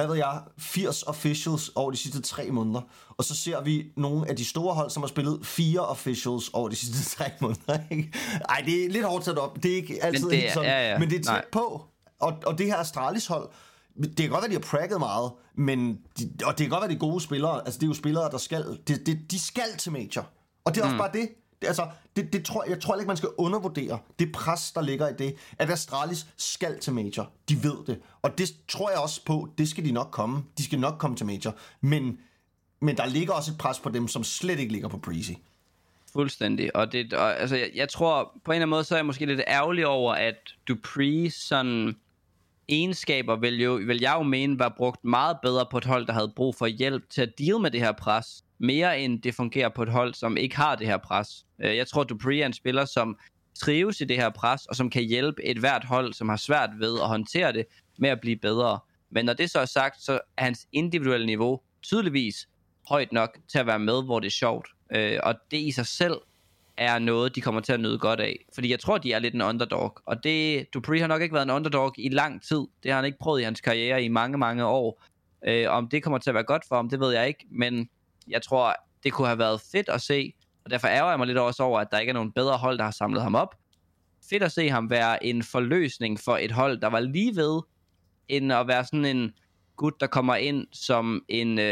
80 officials over de sidste 3 måneder, og så ser vi nogle af de store hold, som har spillet 4 officials over de sidste 3 måneder. Ikke? Ej, det er lidt hårdt sat op. Det er ikke altid helt sådan, men det er tæt på. Og det her Astralis hold, det kan godt være, de har pragget meget, og det kan godt være, de gode spillere. Altså, det er jo spillere, der skal... De skal til major. Og det er også bare det. Jeg tror ikke, man skal undervurdere det pres, der ligger i det, at Astralis skal til major. De ved det. Og det tror jeg også på, det skal de nok komme. De skal nok komme til major. Men der ligger også et pres på dem, som slet ikke ligger på Preezy. Fuldstændig. Og altså, jeg tror, på en eller anden måde, så er jeg måske lidt ærgerlig over, at Dupree sådan egenskaber vil jeg jo mene var brugt meget bedre på et hold, der havde brug for hjælp til at deal med det her pres, mere end det fungerer på et hold, som ikke har det her pres. Jeg tror, Dupree er en spiller, som trives i det her pres, og som kan hjælpe et hvert hold, som har svært ved at håndtere det, med at blive bedre. Men når det så er sagt, så er hans individuelle niveau tydeligvis højt nok til at være med, hvor det er sjovt. Og det i sig selv er noget, de kommer til at nyde godt af. Fordi jeg tror, de er lidt en underdog. Og Dupree har nok ikke været en underdog i lang tid. Det har han ikke prøvet i hans karriere i mange, mange år. Om det kommer til at være godt for ham, det ved jeg ikke. Men jeg tror, det kunne have været fedt at se. Og derfor ærger jeg mig lidt også over, at der ikke er nogen bedre hold, der har samlet ham op. Fedt at se ham være en forløsning for et hold, der var lige ved, end at være sådan en gut, der kommer ind som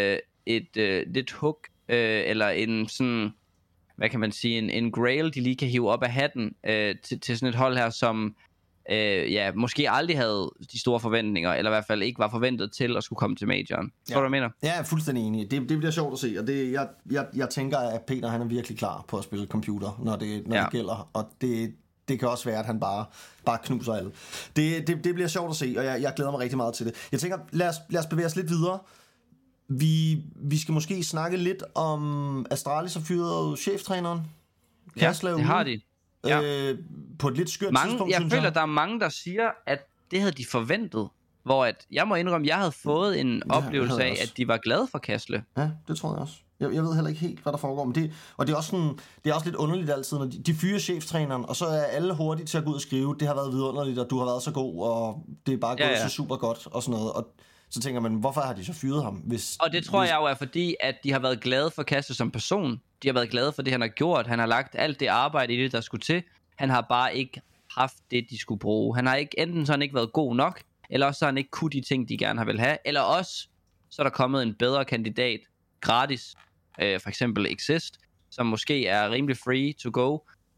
et lidt hook, eller en sådan, hvad kan man sige, en grail, de lige kan hive op af hatten til sådan et hold her, som måske aldrig havde de store forventninger, eller i hvert fald ikke var forventet til at skulle komme til majoren. Tror du, hvad jeg mener? Ja, jeg er fuldstændig enig. Det bliver sjovt at se, og jeg tænker, at Peter han er virkelig klar på at spille computer, når det gælder, og det kan også være, at han bare knuser alle. Det bliver sjovt at se, og jeg glæder mig rigtig meget til det. Jeg tænker, lad os bevæge os lidt videre. Vi skal måske snakke lidt om Astralis og fyret cheftræneren. Ja, det har de. Ja. På et lidt skørt tidspunkt, jeg føler, der er mange, der siger, at det havde de forventet. Hvor jeg må indrømme, jeg havde fået en oplevelse af, at de var glade for Kasle. Ja, det tror jeg også. Jeg ved heller ikke helt, hvad der foregår. Men det er også sådan, det er også lidt underligt altid, når de fyrer cheftræneren, og så er alle hurtige til at gå ud og skrive, det har været vidunderligt, og du har været så god, og det er bare gået så super godt, og sådan noget. Og så tænker man, hvorfor har de så fyret ham? Og det tror jeg jo er fordi, at de har været glade for Kasle som person. De har været glade for det, han har gjort. Han har lagt alt det arbejde i det, der skulle til. Han har bare ikke haft det, de skulle bruge. Han har ikke, enten så han ikke været god nok, eller også så han ikke kunne de ting, de gerne har vil have. Eller også, så er der kommet en bedre kandidat gratis. For eksempel Exist, som måske er rimelig free to go.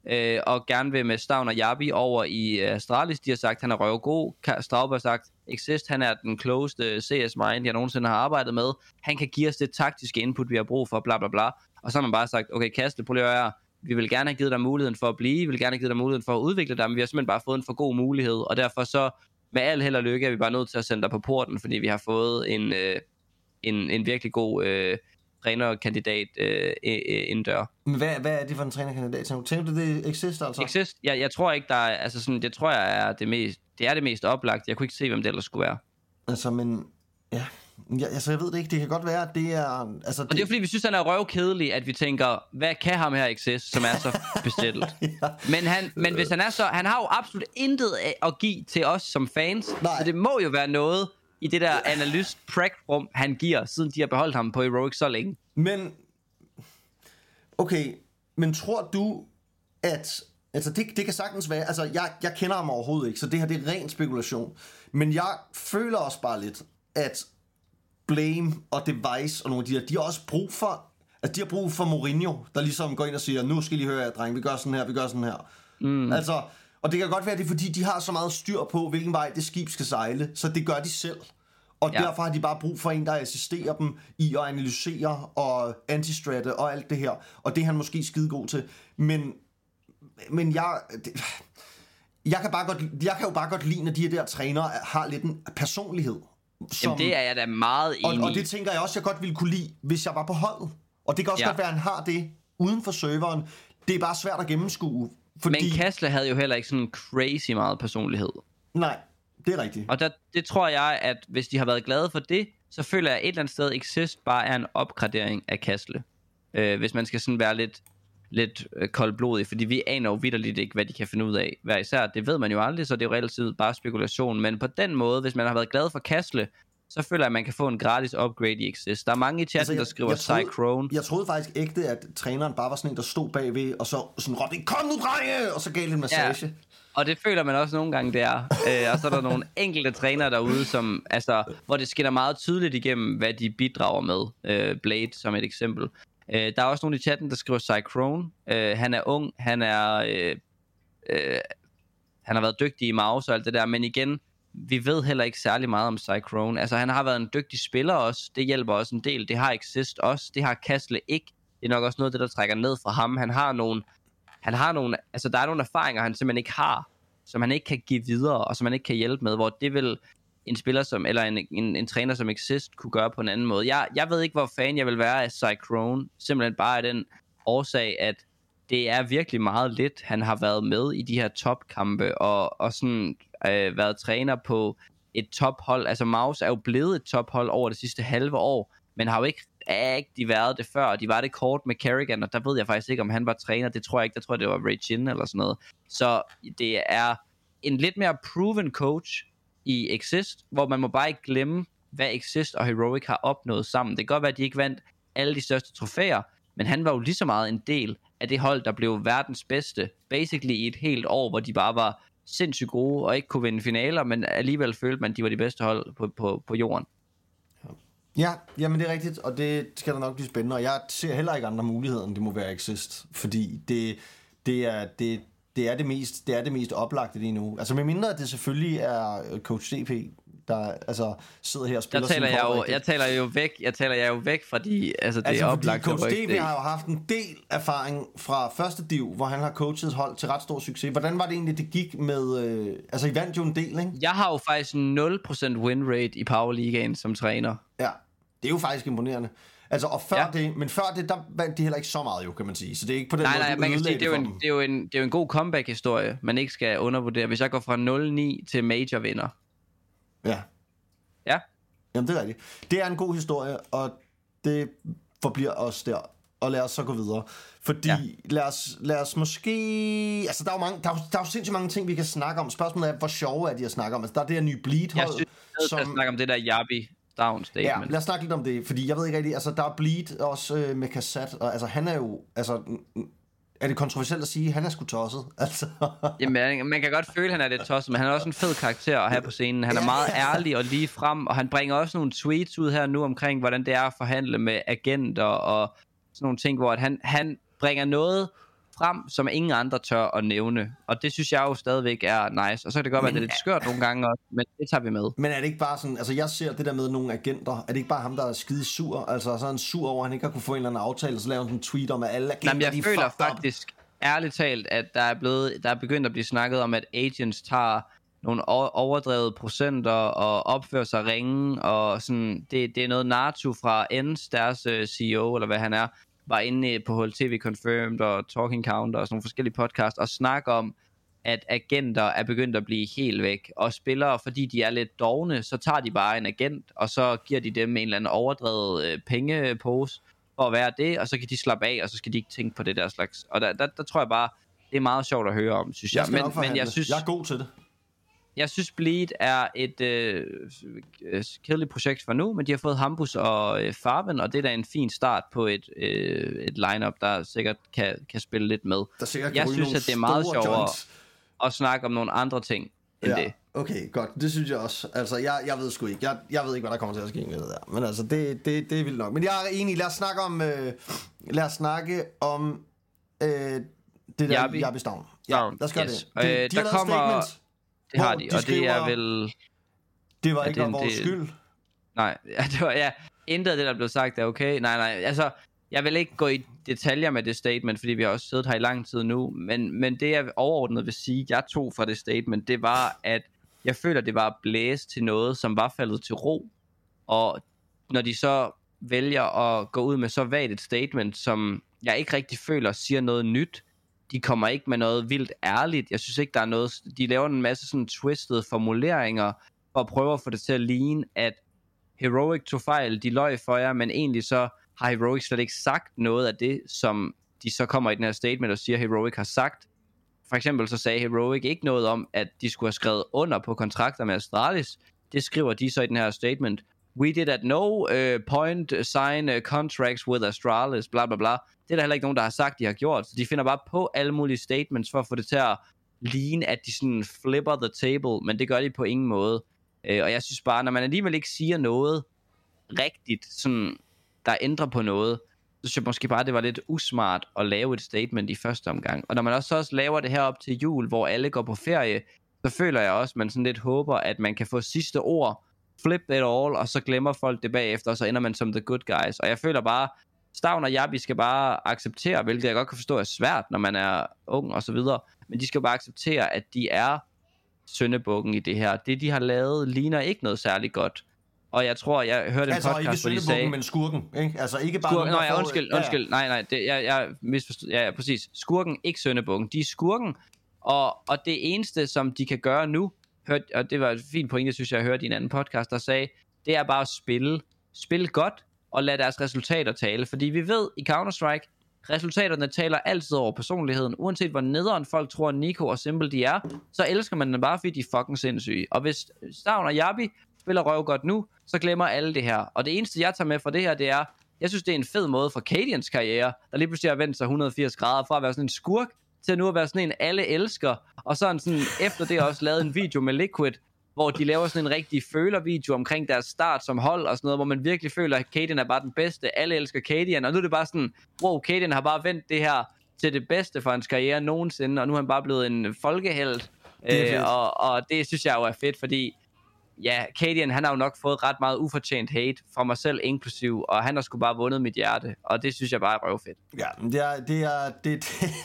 og gerne vil med Stavn og Jabi over i Astralis. De har sagt, at han er røvgod. Straub har sagt, Exist, han er den klogeste CS-mind, jeg nogensinde har arbejdet med. Han kan give os det taktiske input, vi har brug for, bla bla bla. Og så har man bare sagt, okay, Kastle, prøv lige at høre, vi vil gerne have givet dig muligheden for at blive, vi vil gerne have givet dig muligheden for at udvikle dig, men vi har simpelthen bare fået en for god mulighed, og derfor så med al held og lykke er vi bare nødt til at sende dig på porten, fordi vi har fået en virkelig god trænerkandidat inddør. Men hvad er det for en trænerkandidat? Tænker du det Exist altså? Exist? Jeg tror ikke der er, altså sådan, det tror jeg er det mest oplagt. Jeg kunne ikke se, hvem det ellers skulle være. Altså, men ja, altså jeg ved det ikke. Det kan godt være, at det er altså. Og det er fordi vi synes han er røvkedelig, at vi tænker, hvad kan ham her Exist, som er så bestilt. Ja. Men hvis han er så, han har jo absolut intet at give til os som fans. Nej. Så det må jo være noget i det der analyst-prac-rum, han giver, siden de har beholdt ham på Heroic så længe. Men, okay, men tror du, at, altså det kan sagtens være, altså jeg kender ham overhovedet ikke, så det her det er ren spekulation, men jeg føler også bare lidt, at Blame og Device og nogle af de der, de har også brug for, altså de har brug for Mourinho, der ligesom går ind og siger, nu skal I høre jer, dreng, vi gør sådan her. Altså, og det kan godt være, det er fordi, de har så meget styr på, hvilken vej det skib skal sejle, så det gør de selv. Og derfor har de bare brug for en, der assisterer dem i at analysere og antistratte og alt det her. Og det er han måske skidegod til. Men jeg kan jo bare godt lide, når de her der trænere har lidt en personlighed. Jamen det er jeg da meget enig i. Og det tænker jeg også, jeg godt ville kunne lide, hvis jeg var på holdet. Og det kan også godt være, at han har det uden for serveren. Det er bare svært at gennemskue. Fordi... Men Kastle havde jo heller ikke sådan crazy meget personlighed. Nej, det er rigtigt. Og det tror jeg, at hvis de har været glade for det, så føler jeg et eller andet sted, Exist bare er en opgradering af Kastle. Hvis man skal sådan være lidt koldblodig, fordi vi aner jo vitterligt ikke, hvad de kan finde ud af. Hver især, det ved man jo aldrig, så det er jo relativt bare spekulation. Men på den måde, hvis man har været glad for Kastle, så føler jeg, at man kan få en gratis upgrade i Exist. Der er mange i chatten, der skriver Cyclone. Jeg troede faktisk ægte, at træneren bare var sådan en, der stod bagved, og så sådan råbte, kom nu, drenge! Og så gav det en massage. Ja. Og det føler man også nogle gange, det er. Og så er der nogle enkelte trænere derude, som, altså, hvor det skinner meget tydeligt igennem, hvad de bidrager med. Blade som et eksempel. Der er også nogle i chatten, der skriver Cyclone. Han er ung, han har været dygtig i mouse og alt det der, men igen, vi ved heller ikke særlig meget om Cyclone. Altså han har været en dygtig spiller også, det hjælper også en del. Det har Exist også, det har Kastle ikke. Det er nok også noget af det, der trækker ned fra ham. Han har nogle, altså der er nogle erfaringer, han simpelthen ikke har, som han ikke kan give videre, og som han ikke kan hjælpe med, hvor det vil en spiller som, eller en træner som Exist kunne gøre på en anden måde. Jeg ved ikke, hvor fan jeg vil være af Cyclone, simpelthen bare af den årsag, at det er virkelig meget lidt, han har været med i de her topkampe, og sådan været træner på et tophold. Altså Mouse er jo blevet et tophold over det sidste halve år, men har jo ikke rigtig været det før. De var det kort med Kerrigan, og der ved jeg faktisk ikke, om han var træner. Det tror jeg ikke. Der tror jeg, det var Ray Chin eller sådan noget. Så det er en lidt mere proven coach i Exist, hvor man må bare ikke glemme, hvad Exist og Heroic har opnået sammen. Det kan godt være, at de ikke vandt alle de største trofæer, men han var jo lige så meget en del af det hold, der blev verdens bedste, basically i et helt år, hvor de bare var sindssygt gode og ikke kunne vinde finaler, men alligevel følte man, at de var de bedste hold på jorden. Ja, jamen det er rigtigt, og det skal der nok blive spændende, og jeg ser heller ikke andre muligheder, end det må være Exist, fordi det er det mest oplagte lige nu. Altså med mindre, at det selvfølgelig er Coach DP, der altså sidder her og spiller sin forhold. Jeg taler jo væk fra de, altså det oplagte. Coach DP har jo haft en del erfaring fra første div, hvor han har coachet et hold til ret stor succes. Hvordan var det egentlig, det gik med, altså I vandt jo en del, ikke? Jeg har jo faktisk 0% win rate i Power Ligaen som træner. Ja, det er jo faktisk imponerende. Altså, og før det, der vandt de heller ikke så meget jo, kan man sige. Så det er ikke på den måde, man kan sige, det er jo en god comeback-historie, man ikke skal undervurdere. Hvis jeg går fra 0-9 til major-vinder. Ja. Ja. Jamen, det er rigtigt. Det er en god historie, og det forbliver os der. Og lad os så gå videre. Fordi lad os måske... Altså, der er jo sindssygt mange ting, vi kan snakke om. Spørgsmålet er, hvor sjove er de at snakke om. Altså, der er det her nye Bleed-hold. Jeg synes, at snakke om det der Jabi down statement. Ja, lad os snakke lidt om det, fordi jeg ved ikke rigtig, altså der er Bleed også med Kassat, og altså han er jo, altså er det kontroversielt at sige, at han er sgu tosset, altså. Jamen, man kan godt føle, at han er lidt tosset, men han er også en fed karakter at have på scenen. Han er meget ærlig og lige frem, og han bringer også nogle tweets ud her nu omkring, hvordan det er at forhandle med agenter og sådan nogle ting, hvor at han bringer noget frem, som ingen andre tør at nævne. Og det synes jeg jo stadigvæk er nice. Og så kan det godt være, at det er lidt skørt nogle gange også, men det tager vi med. Men er det ikke bare sådan, altså jeg ser det der med nogle agenter, er det ikke bare ham, der er skide sur? Altså så er han sur over, at han ikke har kunne få en eller anden aftale, og så laver han en tweet om, at alle agenter, jamen, jeg føler faktisk, ærligt talt, at der er begyndt at blive snakket om, at agents tager nogle overdrevet procenter og opfører sig ringe, og sådan, det er noget Nato fra Ends, deres CEO, eller hvad han er, var inde på HLTV Confirmed og Talking Counter og sådan nogle forskellige podcasts, og snakker om, at agenter er begyndt at blive helt væk, og spillere, fordi de er lidt dovne, så tager de bare en agent, og så giver de dem en eller anden overdrevet pengepose, for at være det, og så kan de slappe af, og så skal de ikke tænke på det der slags. Og der tror jeg bare, det er meget sjovt at høre om, synes jeg. Men jeg synes, jeg er god til det. Jeg synes Bleed er et kedeligt projekt for nu, men de har fået Hampus og Farven, og det er da en fin start på et lineup, der sikkert kan spille lidt med. Jeg synes, at det er meget sjovere at snakke om nogle andre ting end det. Okay, godt. Det synes jeg også. Altså, jeg ved sgu ikke. Jeg ved ikke, hvad der kommer til at ske med det der. Men altså, det er vildt nok. Men jeg er enig. Lad os snakke om det der Jabbi Stavn. Ja, lad os gøre det. De har lavet statements. Det har de, og det er vel... Det var ikke vores skyld. Nej, det var intet af det, der blev sagt, er okay. Nej, altså, jeg vil ikke gå i detaljer med det statement, fordi vi har også siddet her i lang tid nu, men det jeg overordnet vil sige, jeg tog fra det statement, det var, at jeg føler, det var blæst til noget, som var faldet til ro, og når de så vælger at gå ud med så vagt et statement, som jeg ikke rigtig føler siger noget nyt, de kommer ikke med noget vildt ærligt. Jeg synes ikke, der er noget... De laver en masse sådan twisted formuleringer for at prøve at få det til at ligne, at Heroic tog fejl, de løj for jer, men egentlig så har Heroic slet ikke sagt noget af det, som de så kommer i den her statement og siger, Heroic har sagt. For eksempel så sagde Heroic ikke noget om, at de skulle have skrevet under på kontrakter med Astralis. Det skriver de så i den her statement. We did at no point sign contracts with Astralis, bla bla bla. Det er der heller ikke nogen, der har sagt, de har gjort. Så de finder bare på alle mulige statements for at få det til at ligne, at de sådan flipper the table, men det gør de på ingen måde. Og jeg synes bare, når man alligevel ikke siger noget rigtigt, sådan, der ændrer på noget, så synes jeg måske bare, det var lidt usmart at lave et statement i første omgang. Og når man også laver det her op til jul, hvor alle går på ferie, så føler jeg også, at man sådan lidt håber, at man kan få sidste ord, flip it all, og så glemmer folk det bagefter, og så ender man som the good guys. Og jeg føler bare, Stavn og Jabbi skal bare acceptere, hvilket jeg godt kan forstå er svært, når man er ung og så videre, men de skal jo bare acceptere, at de er syndebukken i det her. Det de har lavet ligner ikke noget særligt godt. Og jeg tror, jeg hørte en podcast, hvor de sagde... men skurken, ikke? Altså ikke bare... Skurken, undskyld. Nej, jeg misforstod. Ja, præcis. Skurken, ikke syndebukken. De er skurken, og det eneste, som de kan gøre nu, og det var et fint point, jeg synes, jeg hørte i en anden podcast, der sagde, det er bare at spille godt, og lade deres resultater tale. Fordi vi ved i Counter-Strike, resultaterne taler altid over personligheden. Uanset hvor nederen folk tror, Nico og Simple de er, så elsker man dem bare, fordi de er fucking sindssyge. Og hvis Stavn og Jabbi spiller røv godt nu, så glemmer alle det her. Og det eneste, jeg tager med fra det her, det er, jeg synes, det er en fed måde for Cadians karriere, der lige pludselig har vendt sig 180 grader fra at være sådan en skurk, til nu at være sådan en, alle elsker. Og så sådan, efter det også lavet en video med Liquid, hvor de laver sådan en rigtig følervideo omkring deres start som hold og sådan noget, hvor man virkelig føler, at Cadian er bare den bedste. Alle elsker Cadian, og nu er det bare sådan, wow, Cadian har bare vendt det her til det bedste for hans karriere nogensinde, og nu er han bare blevet en folkehelt. Og det synes jeg jo er fedt, fordi ja, Cadian, han har jo nok fået ret meget ufortjent hate fra mig selv inklusiv, og han har sgu bare vundet mit hjerte, og det synes jeg bare er røvfedt. Ja, det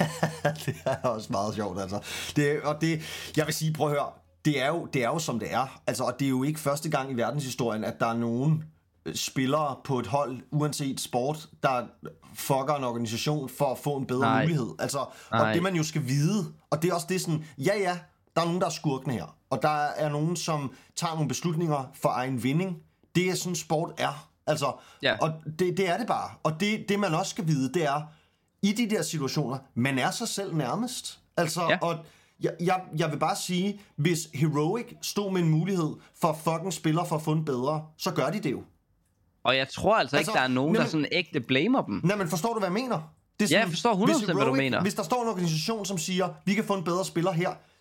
er også meget sjovt, altså. Jeg vil sige, prøv at høre, det er jo som det er. Altså, og det er jo ikke første gang i verdenshistorien, at der er nogen spillere på et hold, uanset sport, der fucker en organisation for at få en bedre mulighed. Altså, og det man jo skal vide, og det er også det sådan, ja, der er nogen, der er skurkene her, og der er nogen, som tager nogle beslutninger for egen vinding. Det er sådan, sport er. Altså, og det er det bare. Og det man også skal vide, det er, i de der situationer, man er sig selv nærmest. Altså, og jeg vil bare sige, hvis Heroic stod med en mulighed for fucking spillere for at få en bedre, så gør de det jo. Og jeg tror altså ikke, der er nogen, der sådan ægte blamer dem. Nej, men forstår du, hvad jeg mener? Det er sådan, jeg forstår 100% hvad du mener. Hvis der står en organisation, som siger, vi kan få en bedre spiller her,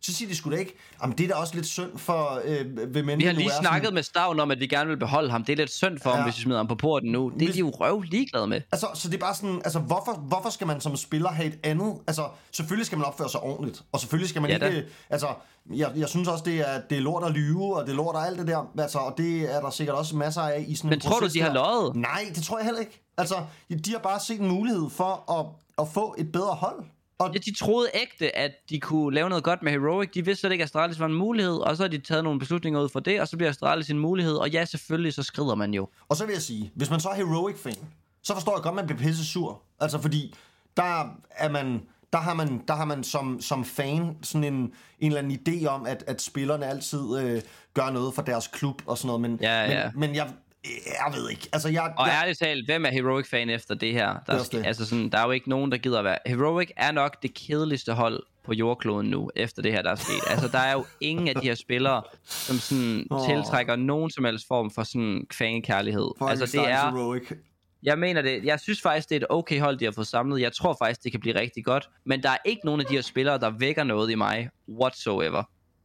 så siger de sgu da ikke, jamen det er da også lidt synd for hvem vi har lige snakket med Stavn om, at vi gerne vil beholde ham. Det er lidt synd for ham, hvis vi smider ham på porten nu. Det er de jo røv ligeglade med. Altså, så det er bare sådan, altså hvorfor skal man som spiller have et andet, altså selvfølgelig skal man opføre sig ordentligt, og selvfølgelig skal man ikke, altså jeg synes også, det er lort at lyve, og det er lort og alt det der, altså, og det er der sikkert også masser af i sådan en proces. Men tror du, de har løjet? Nej, det tror jeg heller ikke. Altså, de har bare set en mulighed for at få et bedre hold. Ja, de troede ægte, at de kunne lave noget godt med Heroic. De vidste slet ikke, at Astralis var en mulighed, og så har de taget nogle beslutninger ud for det, og så bliver Astralis en mulighed, og ja, selvfølgelig, så skrider man jo. Og så vil jeg sige, hvis man så er Heroic-fan, så forstår jeg godt, at man bliver pisse sur. Altså, fordi der har man som fan sådan en eller anden idé om, at spillerne altid gør noget for deres klub og sådan noget, men jeg ved ikke. Altså, ærligt talt, hvem er Heroic-fan efter det her? Der er jo ikke nogen, der gider at være. Heroic er nok det kedeligste hold på jordkloden nu, efter det her, der er sket. Altså, der er jo ingen af de her spillere, som sådan tiltrækker nogen som helst form for sådan fangekærlighed. Altså, det er... Heroic. Jeg mener det. Jeg synes faktisk, det er et okay hold, de har fået samlet. Jeg tror faktisk, det kan blive rigtig godt. Men der er ikke nogen af de her spillere, der vækker noget i mig whatsoever.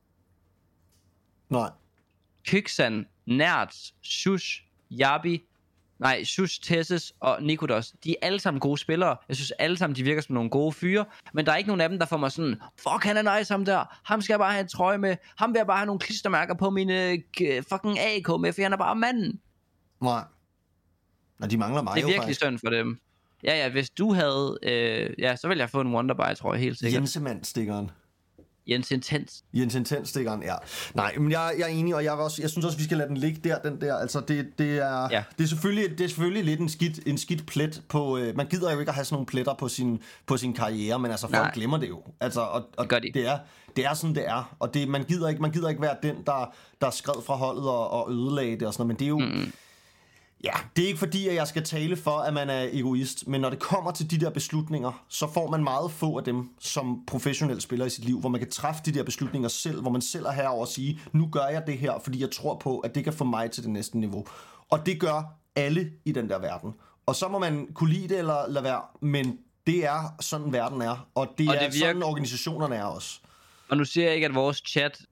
Nej. Kyksan, Nerds, Shush, Shush, Tesses og Nikodos, de er alle sammen gode spillere. Jeg synes alle sammen, de virker som nogle gode fyre. Men der er ikke nogen af dem, der får mig sådan, fuck, han er nice, ham der. Ham skal jeg bare have en trøje med. Ham vil jeg bare have nogle klistermærker på mine fucking AK med, for han er bare manden. Nej. Og de mangler mig. Det er virkelig synd for dem. Ja, hvis du havde, så ville jeg få en Wonderby, tror jeg helt sikkert. Jensemand-stikkeren. Jens Intens-stikkeren, ja. Nej, men jeg er enig, og jeg synes også, vi skal lade den ligge der, den der. Altså, det er selvfølgelig lidt en skidt plet på... man gider jo ikke at have sådan nogle pletter på sin karriere, men altså, folk glemmer det jo. Altså, og det er sådan, det er. Og man gider ikke være den, der skred fra holdet og ødelagde det og sådan noget, men det er jo... Ja, det er ikke fordi, at jeg skal tale for, at man er egoist, men når det kommer til de der beslutninger, så får man meget få af dem som professionelle spillere i sit liv, hvor man kan træffe de der beslutninger selv, hvor man selv er herover at sige, nu gør jeg det her, fordi jeg tror på, at det kan få mig til det næste niveau. Og det gør alle i den der verden. Og så må man kunne lide det eller lade være, men det er sådan virken er, og det er sådan organisationerne er også. Og nu siger jeg ikke, at vores chat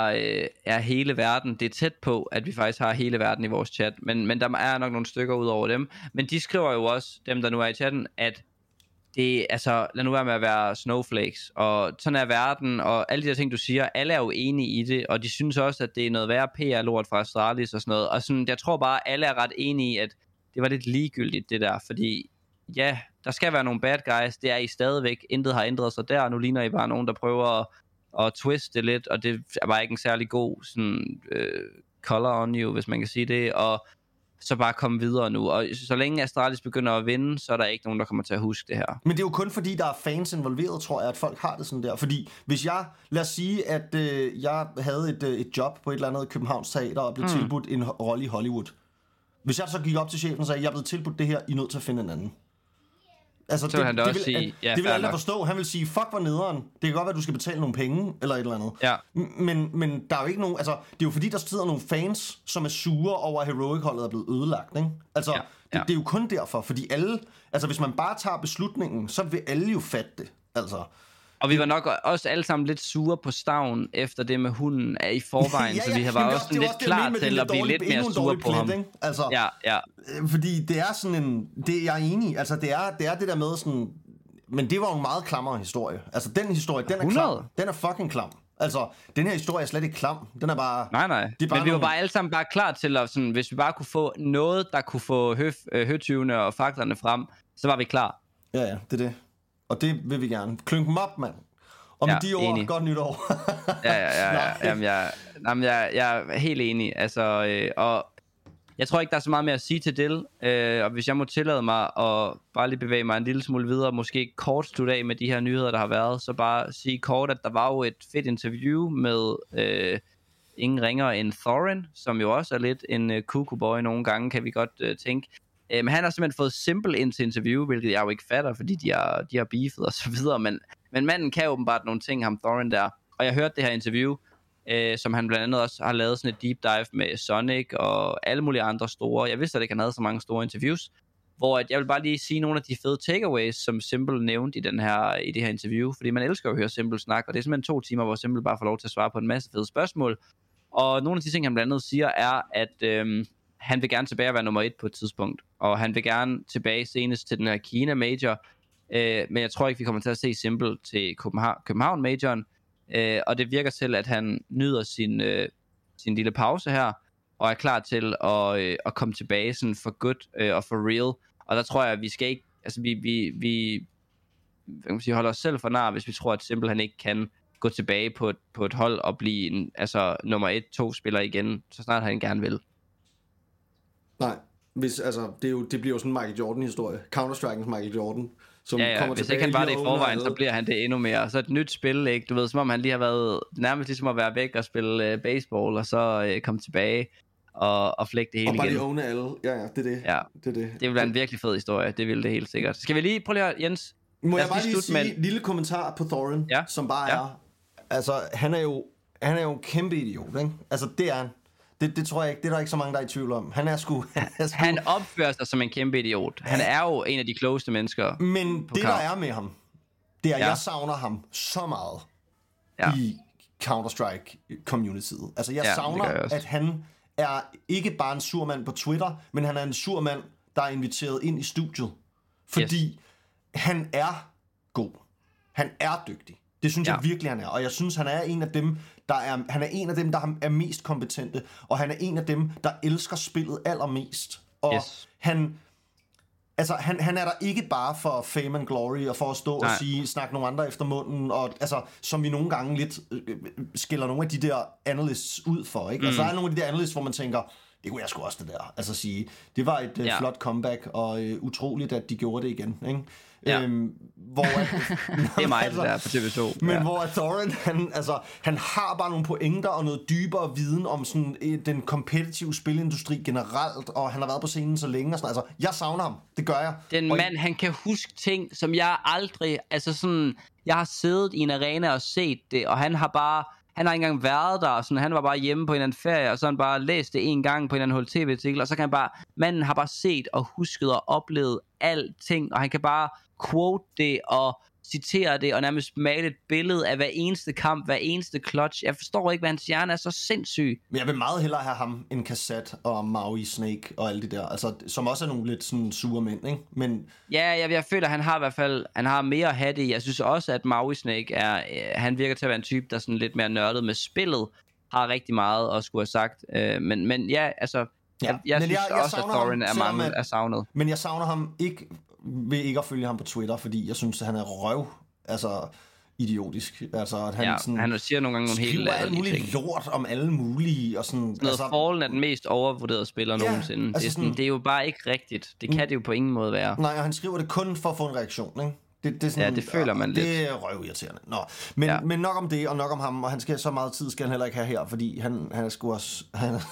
er hele verden. Det er tæt på, at vi faktisk har hele verden i vores chat. Men der er nok nogle stykker ud over dem. Men de skriver jo også, dem der nu er i chatten, at det, altså, lad nu være med at være snowflakes. Og sådan er verden, og alle de der ting, du siger, alle er jo enige i det. Og de synes også, at det er noget værre PR-lort fra Astralis og sådan noget. Og sådan, jeg tror bare, alle er ret enige i, at det var lidt ligegyldigt, det der. Fordi, ja, der skal være nogle bad guys. Det er I stadigvæk. Intet har ændret sig der. Nu ligner I bare nogen, der prøver og twiste lidt, og det er bare ikke en særlig god sådan, color on you, hvis man kan sige det, og så bare komme videre nu. Og så længe Astralis begynder at vinde, så er der ikke nogen, der kommer til at huske det her. Men det er jo kun fordi, der er fans involveret, tror jeg, at folk har det sådan der. Fordi hvis jeg, lad os sige, at jeg havde et job på et eller andet Københavns Teater, og blev tilbudt en rolle i Hollywood. Hvis jeg så gik op til chefen og sagde, jeg er blevet tilbudt det her, I er nødt til at finde en anden. Altså, det vil alle forstå. Han vil sige, fuck hvor nederen. Det kan godt være, at du skal betale nogle penge, eller et eller andet. Ja. Men der er jo ikke nogen... Altså, det er jo fordi, der sidder nogle fans, som er sure over, at Heroic-holdet er blevet ødelagt, ikke? Altså, det er jo kun derfor, fordi alle... Altså, hvis man bare tager beslutningen, så vil alle jo fatte det. Altså... Og vi var nok også alle sammen lidt sure på Stavn efter det med hunden i forvejen, så vi var også lidt klar til at blive lidt mere sure på ham. Altså, fordi det er sådan en... jeg er enig. Altså, det er det der med sådan... Men det var jo en meget klammer historie. Altså, den historie, den er 100. klam. Den er fucking klam. Altså, den her historie er slet ikke klam. Den er bare... Nej. Men vi var bare alle sammen bare klar til at... Sådan, hvis vi bare kunne få noget, der kunne få høtyvene og faklerne frem, så var vi klar. Ja, det er det. Og det vil vi gerne. Klynk dem op, mand. Og med de ord, enig. Godt nytår. Jamen, jeg er helt enig. Altså, og jeg tror ikke, der er så meget mere at sige til Dill. Og hvis jeg må tillade mig at bare lige bevæge mig en lille smule videre, måske kort slutte af med de her nyheder, der har været, så bare sige kort, at der var jo et fedt interview med ingen ringere end Thorin, som jo også er lidt en cuckoo boy nogle gange, kan vi godt tænke. Men han har simpelthen fået Simple ind til interview, hvilket jeg jo ikke fatter, fordi de har beefet og så videre, men manden kan åbenbart nogle ting, ham Thorin der. Og jeg hørte det her interview, som han blandt andet også har lavet sådan et deep dive med Sonic og alle mulige andre store. Jeg vidste, at han havde så mange store interviews, hvor at jeg vil bare lige sige nogle af de fede takeaways, som Simple nævnte i det her interview, fordi man elsker jo at høre Simple snakke, og det er simpelthen 2 timer, hvor Simple bare får lov til at svare på en masse fede spørgsmål. Og nogle af de ting, han blandt andet siger, er, at han vil gerne tilbage at være nummer 1 på et tidspunkt, og han vil gerne tilbage senest til den her Kina Major, men jeg tror ikke, vi kommer til at se Simple til København Majoren, og det virker til, at han nyder sin lille pause her, og er klar til at komme tilbage sådan for good og for real. Og der tror jeg, at vi skal ikke, altså vi holder os selv for nar, hvis vi tror, at Simple han ikke kan gå tilbage på et hold og blive en, altså nummer 1-2 spiller igen, så snart han gerne vil. Nej, det bliver jo sådan en Michael Jordan-historie. Counter-Strike'ens Michael Jordan, som kommer hvis tilbage. Ikke han var det i forvejen, så bliver han det endnu mere. Så et nyt spil, ikke? Du ved, som om han lige har været nærmest ligesom at være væk og spille baseball, og så komme tilbage og flække det hele igen. Og bare lige åbne alle. Ja, det er det. Ja. Det vil være en virkelig fed historie. Det vil det helt sikkert. Skal vi lige prøve lige at, Jens? Må jeg bare lige sige en lille kommentar på Thorin, som bare er... Altså, han er jo en kæmpe idiot, ikke? Altså, det er han. Det tror jeg ikke, det er der ikke så mange, der er i tvivl om. Han opfører sig som en kæmpe idiot. Han er jo en af de klogeste mennesker. Men det, der er med ham, det er, jeg savner ham så meget i Counter-Strike-communityet. Altså, jeg savner, at han er ikke bare en sur mand på Twitter, men han er en sur mand, der er inviteret ind i studiet. Fordi han er god. Han er dygtig. Det synes jeg virkelig, han er. Og jeg synes, han er en af dem, der er mest kompetente. Og han er en af dem, der elsker spillet allermest. Og han er der ikke bare for fame and glory, og for at stå og snakke nogle andre efter munden, og altså, som vi nogle gange lidt skiller nogle af de der analysts ud for, ikke? Altså, der er nogle af de der analysts, hvor man tænker, det kunne jeg sgu også det der. Altså sige, det var et flot comeback, og utroligt, at de gjorde det igen, ikke? Ja. Hvor det er mig, altså, det der på TV2. Men hvor Thorin, han har bare nogle pointer og noget dybere viden om sådan den kompetitive spilindustri generelt, og han har været på scenen så længe og sådan. Altså, jeg savner ham. Det gør jeg. Den mand, han kan huske ting, som jeg aldrig, altså sådan, jeg har siddet i en arena og set det, og han har ikke engang været der, og sådan, han var bare hjemme på en eller anden ferie, og så han bare læst det en gang på en eller anden tv-artikel, og så kan han manden har bare set og husket og oplevet alting, og han kan bare quote det og citere det, og nærmest male et billede af hver eneste kamp, hver eneste clutch. Jeg forstår ikke, hvad hans hjerne er så sindssyg. Men jeg vil meget hellere have ham end Cassette og Maui Snake og alle de der, altså, som også er nogle lidt sådan sure mænd, ikke? Men... Ja, jeg føler, han har i hvert fald, han har mere at have det. Jeg synes også, at Maui Snake han virker til at være en type, der sådan lidt mere nørdet med spillet, har rigtig meget at skulle have sagt. Men ja, altså, jeg synes også, at Thorin er savnet. Men jeg savner ham ikke ved ikke at følge ham på Twitter, fordi jeg synes, at han er røv, altså idiotisk. Altså, at han siger nogle gange nogle helt alt muligt lort om alle mulige. Og sådan, Fallen er den mest overvurderede spiller nogensinde. Altså det er jo bare ikke rigtigt. Det kan det jo på ingen måde være. Nej, og han skriver det kun for at få en reaktion, ikke? Det er sådan, det føler man lidt. Det er røvirriterende. Men nok om det, og nok om ham, og han skal så meget tid skal han heller ikke have her, fordi han er sgu også...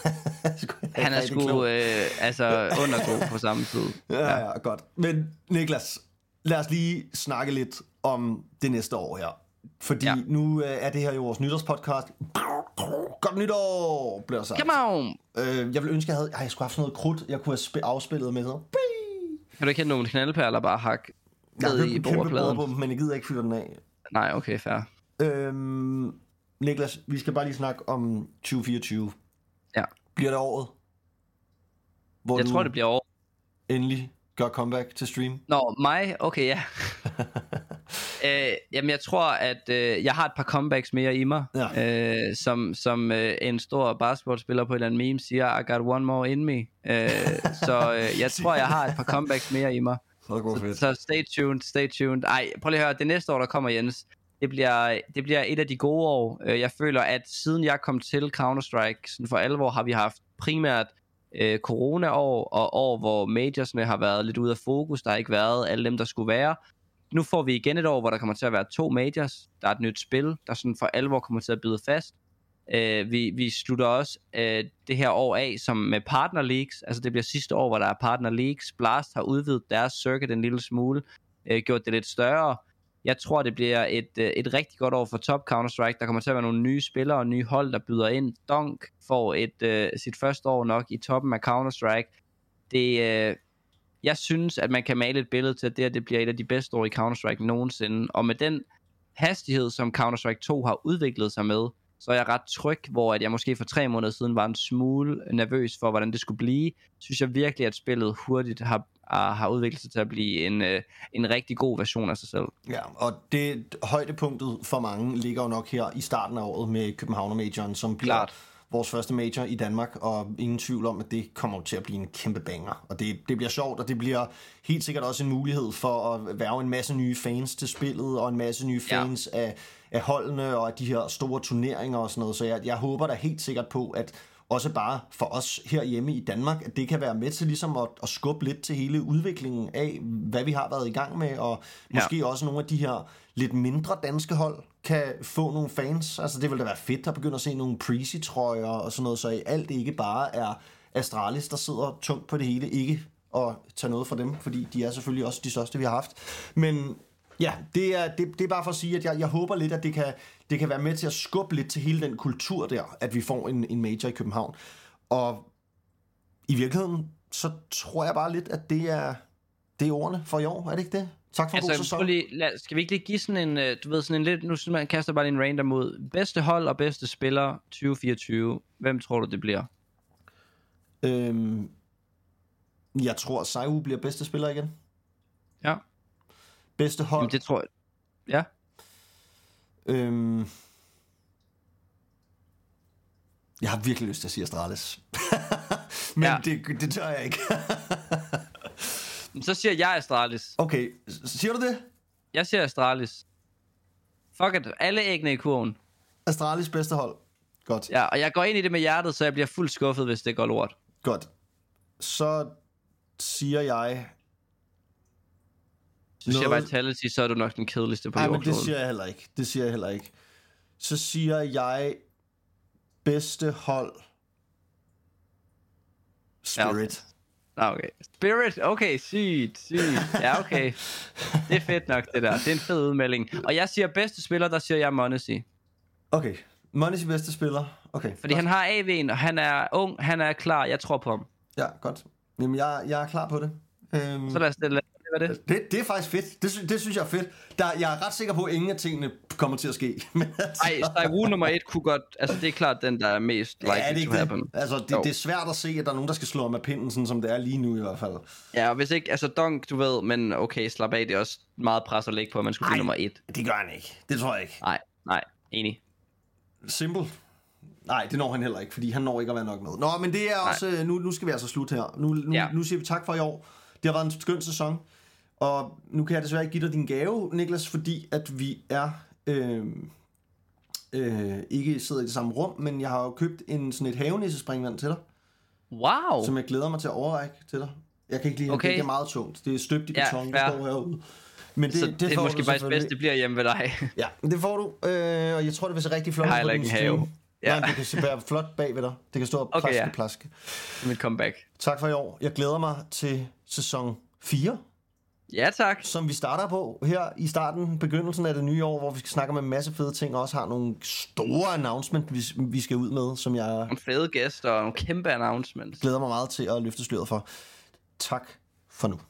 Han er sgu undergod på samme tid. Ja, godt. Men Niklas, lad os lige snakke lidt om det næste år her. Fordi nu er det her jo vores nytårspodcast. Godt nytår, bliver sagt. Come on! Jeg ville ønske, jeg skulle have haft noget krudt, jeg kunne have afspillet med sådan. Kan du ikke hente nogle knaldperler bare hak ned i bordpladen? Men jeg gider ikke fyre den af. Nej, okay, fair. Niklas, vi skal bare lige snakke om 2024. Ja. Bliver det året? Jeg tror, det bliver året. Endelig gør comeback til stream. Nå, mig? Okay, ja. Jamen, jeg tror, at jeg har et par comebacks mere i mig. Ja. Som en stor basketballspiller på et eller andet meme siger, I got one more in me. Så jeg tror, jeg har et par comebacks mere i mig. Så stay tuned. Ej, prøv lige at høre, det næste år, der kommer, Jens, det bliver et af de gode år. Jeg føler, at siden jeg kom til Counter-Strike, sådan for alvor, har vi haft primært corona-år, og år, hvor majorsne har været lidt ude af fokus. Der har ikke været alle dem, der skulle være. Nu får vi igen et år, hvor der kommer til at være 2 majors. Der er et nyt spil, der sådan for alvor kommer til at bide fast. Vi slutter også det her år af som med partner leagues. Altså det bliver sidste år, hvor der er partner leagues. Blast har udvidet deres circuit en lille smule, gjort det lidt større. Jeg tror, det bliver et rigtig godt år for Top Counter-Strike. Der kommer til at være nogle nye spillere og nye hold, der byder ind. Dunk får sit første år nok i toppen af Counter-Strike. jeg synes, at man kan male et billede til, at det bliver et af de bedste år i Counter-Strike nogensinde. Og med den hastighed, som Counter-Strike 2 har udviklet sig med, så er jeg ret tryg, hvor at jeg måske for 3 måneder siden var en smule nervøs for, hvordan det skulle blive. Synes jeg virkelig, at spillet hurtigt har udviklet sig til at blive en rigtig god version af sig selv. Ja, og det højdepunktet for mange ligger jo nok her i starten af året med Københavner-majoren, som bliver vores første major i Danmark, og ingen tvivl om, at det kommer til at blive en kæmpe banger. Og det bliver sjovt, og det bliver helt sikkert også en mulighed for at værve en masse nye fans til spillet, og en masse nye fans af holdene, og af de her store turneringer og sådan noget. Så jeg håber da helt sikkert på, at også bare for os herhjemme i Danmark, at det kan være med til ligesom at skubbe lidt til hele udviklingen af, hvad vi har været i gang med, og måske også nogle af de her lidt mindre danske hold kan få nogle fans. Altså det vil da være fedt at begynde at se nogle Prezi-trøjer og sådan noget, så i alt ikke bare er Astralis, der sidder tungt på det hele, ikke at tage noget fra dem, fordi de er selvfølgelig også de største, vi har haft. Men ja, det er bare for at sige, at jeg håber lidt, at det kan være med til at skubbe lidt til hele den kultur der, at vi får en major i København. Og i virkeligheden, så tror jeg bare lidt, at det er ordene for i år, er det ikke det? Tak for en god sæson. Skal vi ikke lige give sådan en, du ved, sådan en lidt, nu man kaster bare en random ud. Bedste hold og bedste spiller 2024. Hvem tror du, det bliver? Jeg tror, Saiu bliver bedste spiller igen. Ja. Bedste hold. Jamen, det tror jeg. Ja. Jeg har virkelig lyst til at sige Astralis. Men det tør jeg ikke. Så siger jeg Astralis. Okay, siger du det? Jeg siger Astralis. Fuck it, alle æggene i kurven. Astralis bedste hold. Godt. Ja, og jeg går ind i det med hjertet, så jeg bliver fuldt skuffet, hvis det går lort. Godt. Så siger jeg... Så siger jeg Vitality, så er du nok den kedeligste på jordkloden. Nej, men det siger jeg heller ikke. Så siger jeg bedste hold Spirit. Okay. Spirit, okay, sygt. Ja, okay. Det er fedt nok, det der. Det er en fed udmelding. Og jeg siger bedste spiller, der siger jeg m0NESY. Okay, m0NESY bedste spiller. Okay. Fordi han har AV'en, og han er ung, han er klar, jeg tror på ham. Ja, godt. Jamen, jeg er klar på det. Så lad os stille det er faktisk fedt. Det synes jeg er fedt. Jeg er ret sikker på, at ingen af tingene kommer til at ske. Ej, Staiwu nummer 1 kunne godt... Altså, det er klart den, der er mest likely to happen. Altså, det er svært at se, at der er nogen, der skal slå ham af pinden, sådan som det er lige nu i hvert fald. Ja, og hvis ikke... Altså, Dunk, du ved, men okay, slap af, det er også meget pres at lægge på, at man skulle blive nummer 1. Det gør han ikke. Det tror jeg ikke. Nej, enig. Simple. Nej, det når han heller ikke, fordi han når ikke at være nok med. Nå, men det er også... Nu skal vi altså slutte her. Nu siger vi tak for i år. Det har været en skøn sæson. Og nu kan jeg desværre ikke give dig din gave, Niklas, fordi at vi er ikke sidder i det samme rum, men jeg har jo købt sådan et havenisse-springvand til dig. Wow! Som jeg glæder mig til at overrække til dig. Jeg kan ikke lide det er meget tungt. Det er støbt i beton, det står herude. Men det er måske faktisk bedst, det bliver hjemme ved dig. Ja, det får du. Og jeg tror, det vil se rigtig flot ud på din stream. Ja. Nej, det kan se bare flot bag ved dig. Det kan stå og plaske. Mit comeback. Tak for i år. Jeg glæder mig til sæson 4. Ja, tak. Som vi starter på her i begyndelsen af det nye år, hvor vi skal snakke om en masse fede ting, og også har nogle store announcements, vi skal ud med, som jeg... Nogle fede gæster og nogle kæmpe announcements. Glæder mig meget til at løfte sløret for. Tak for nu.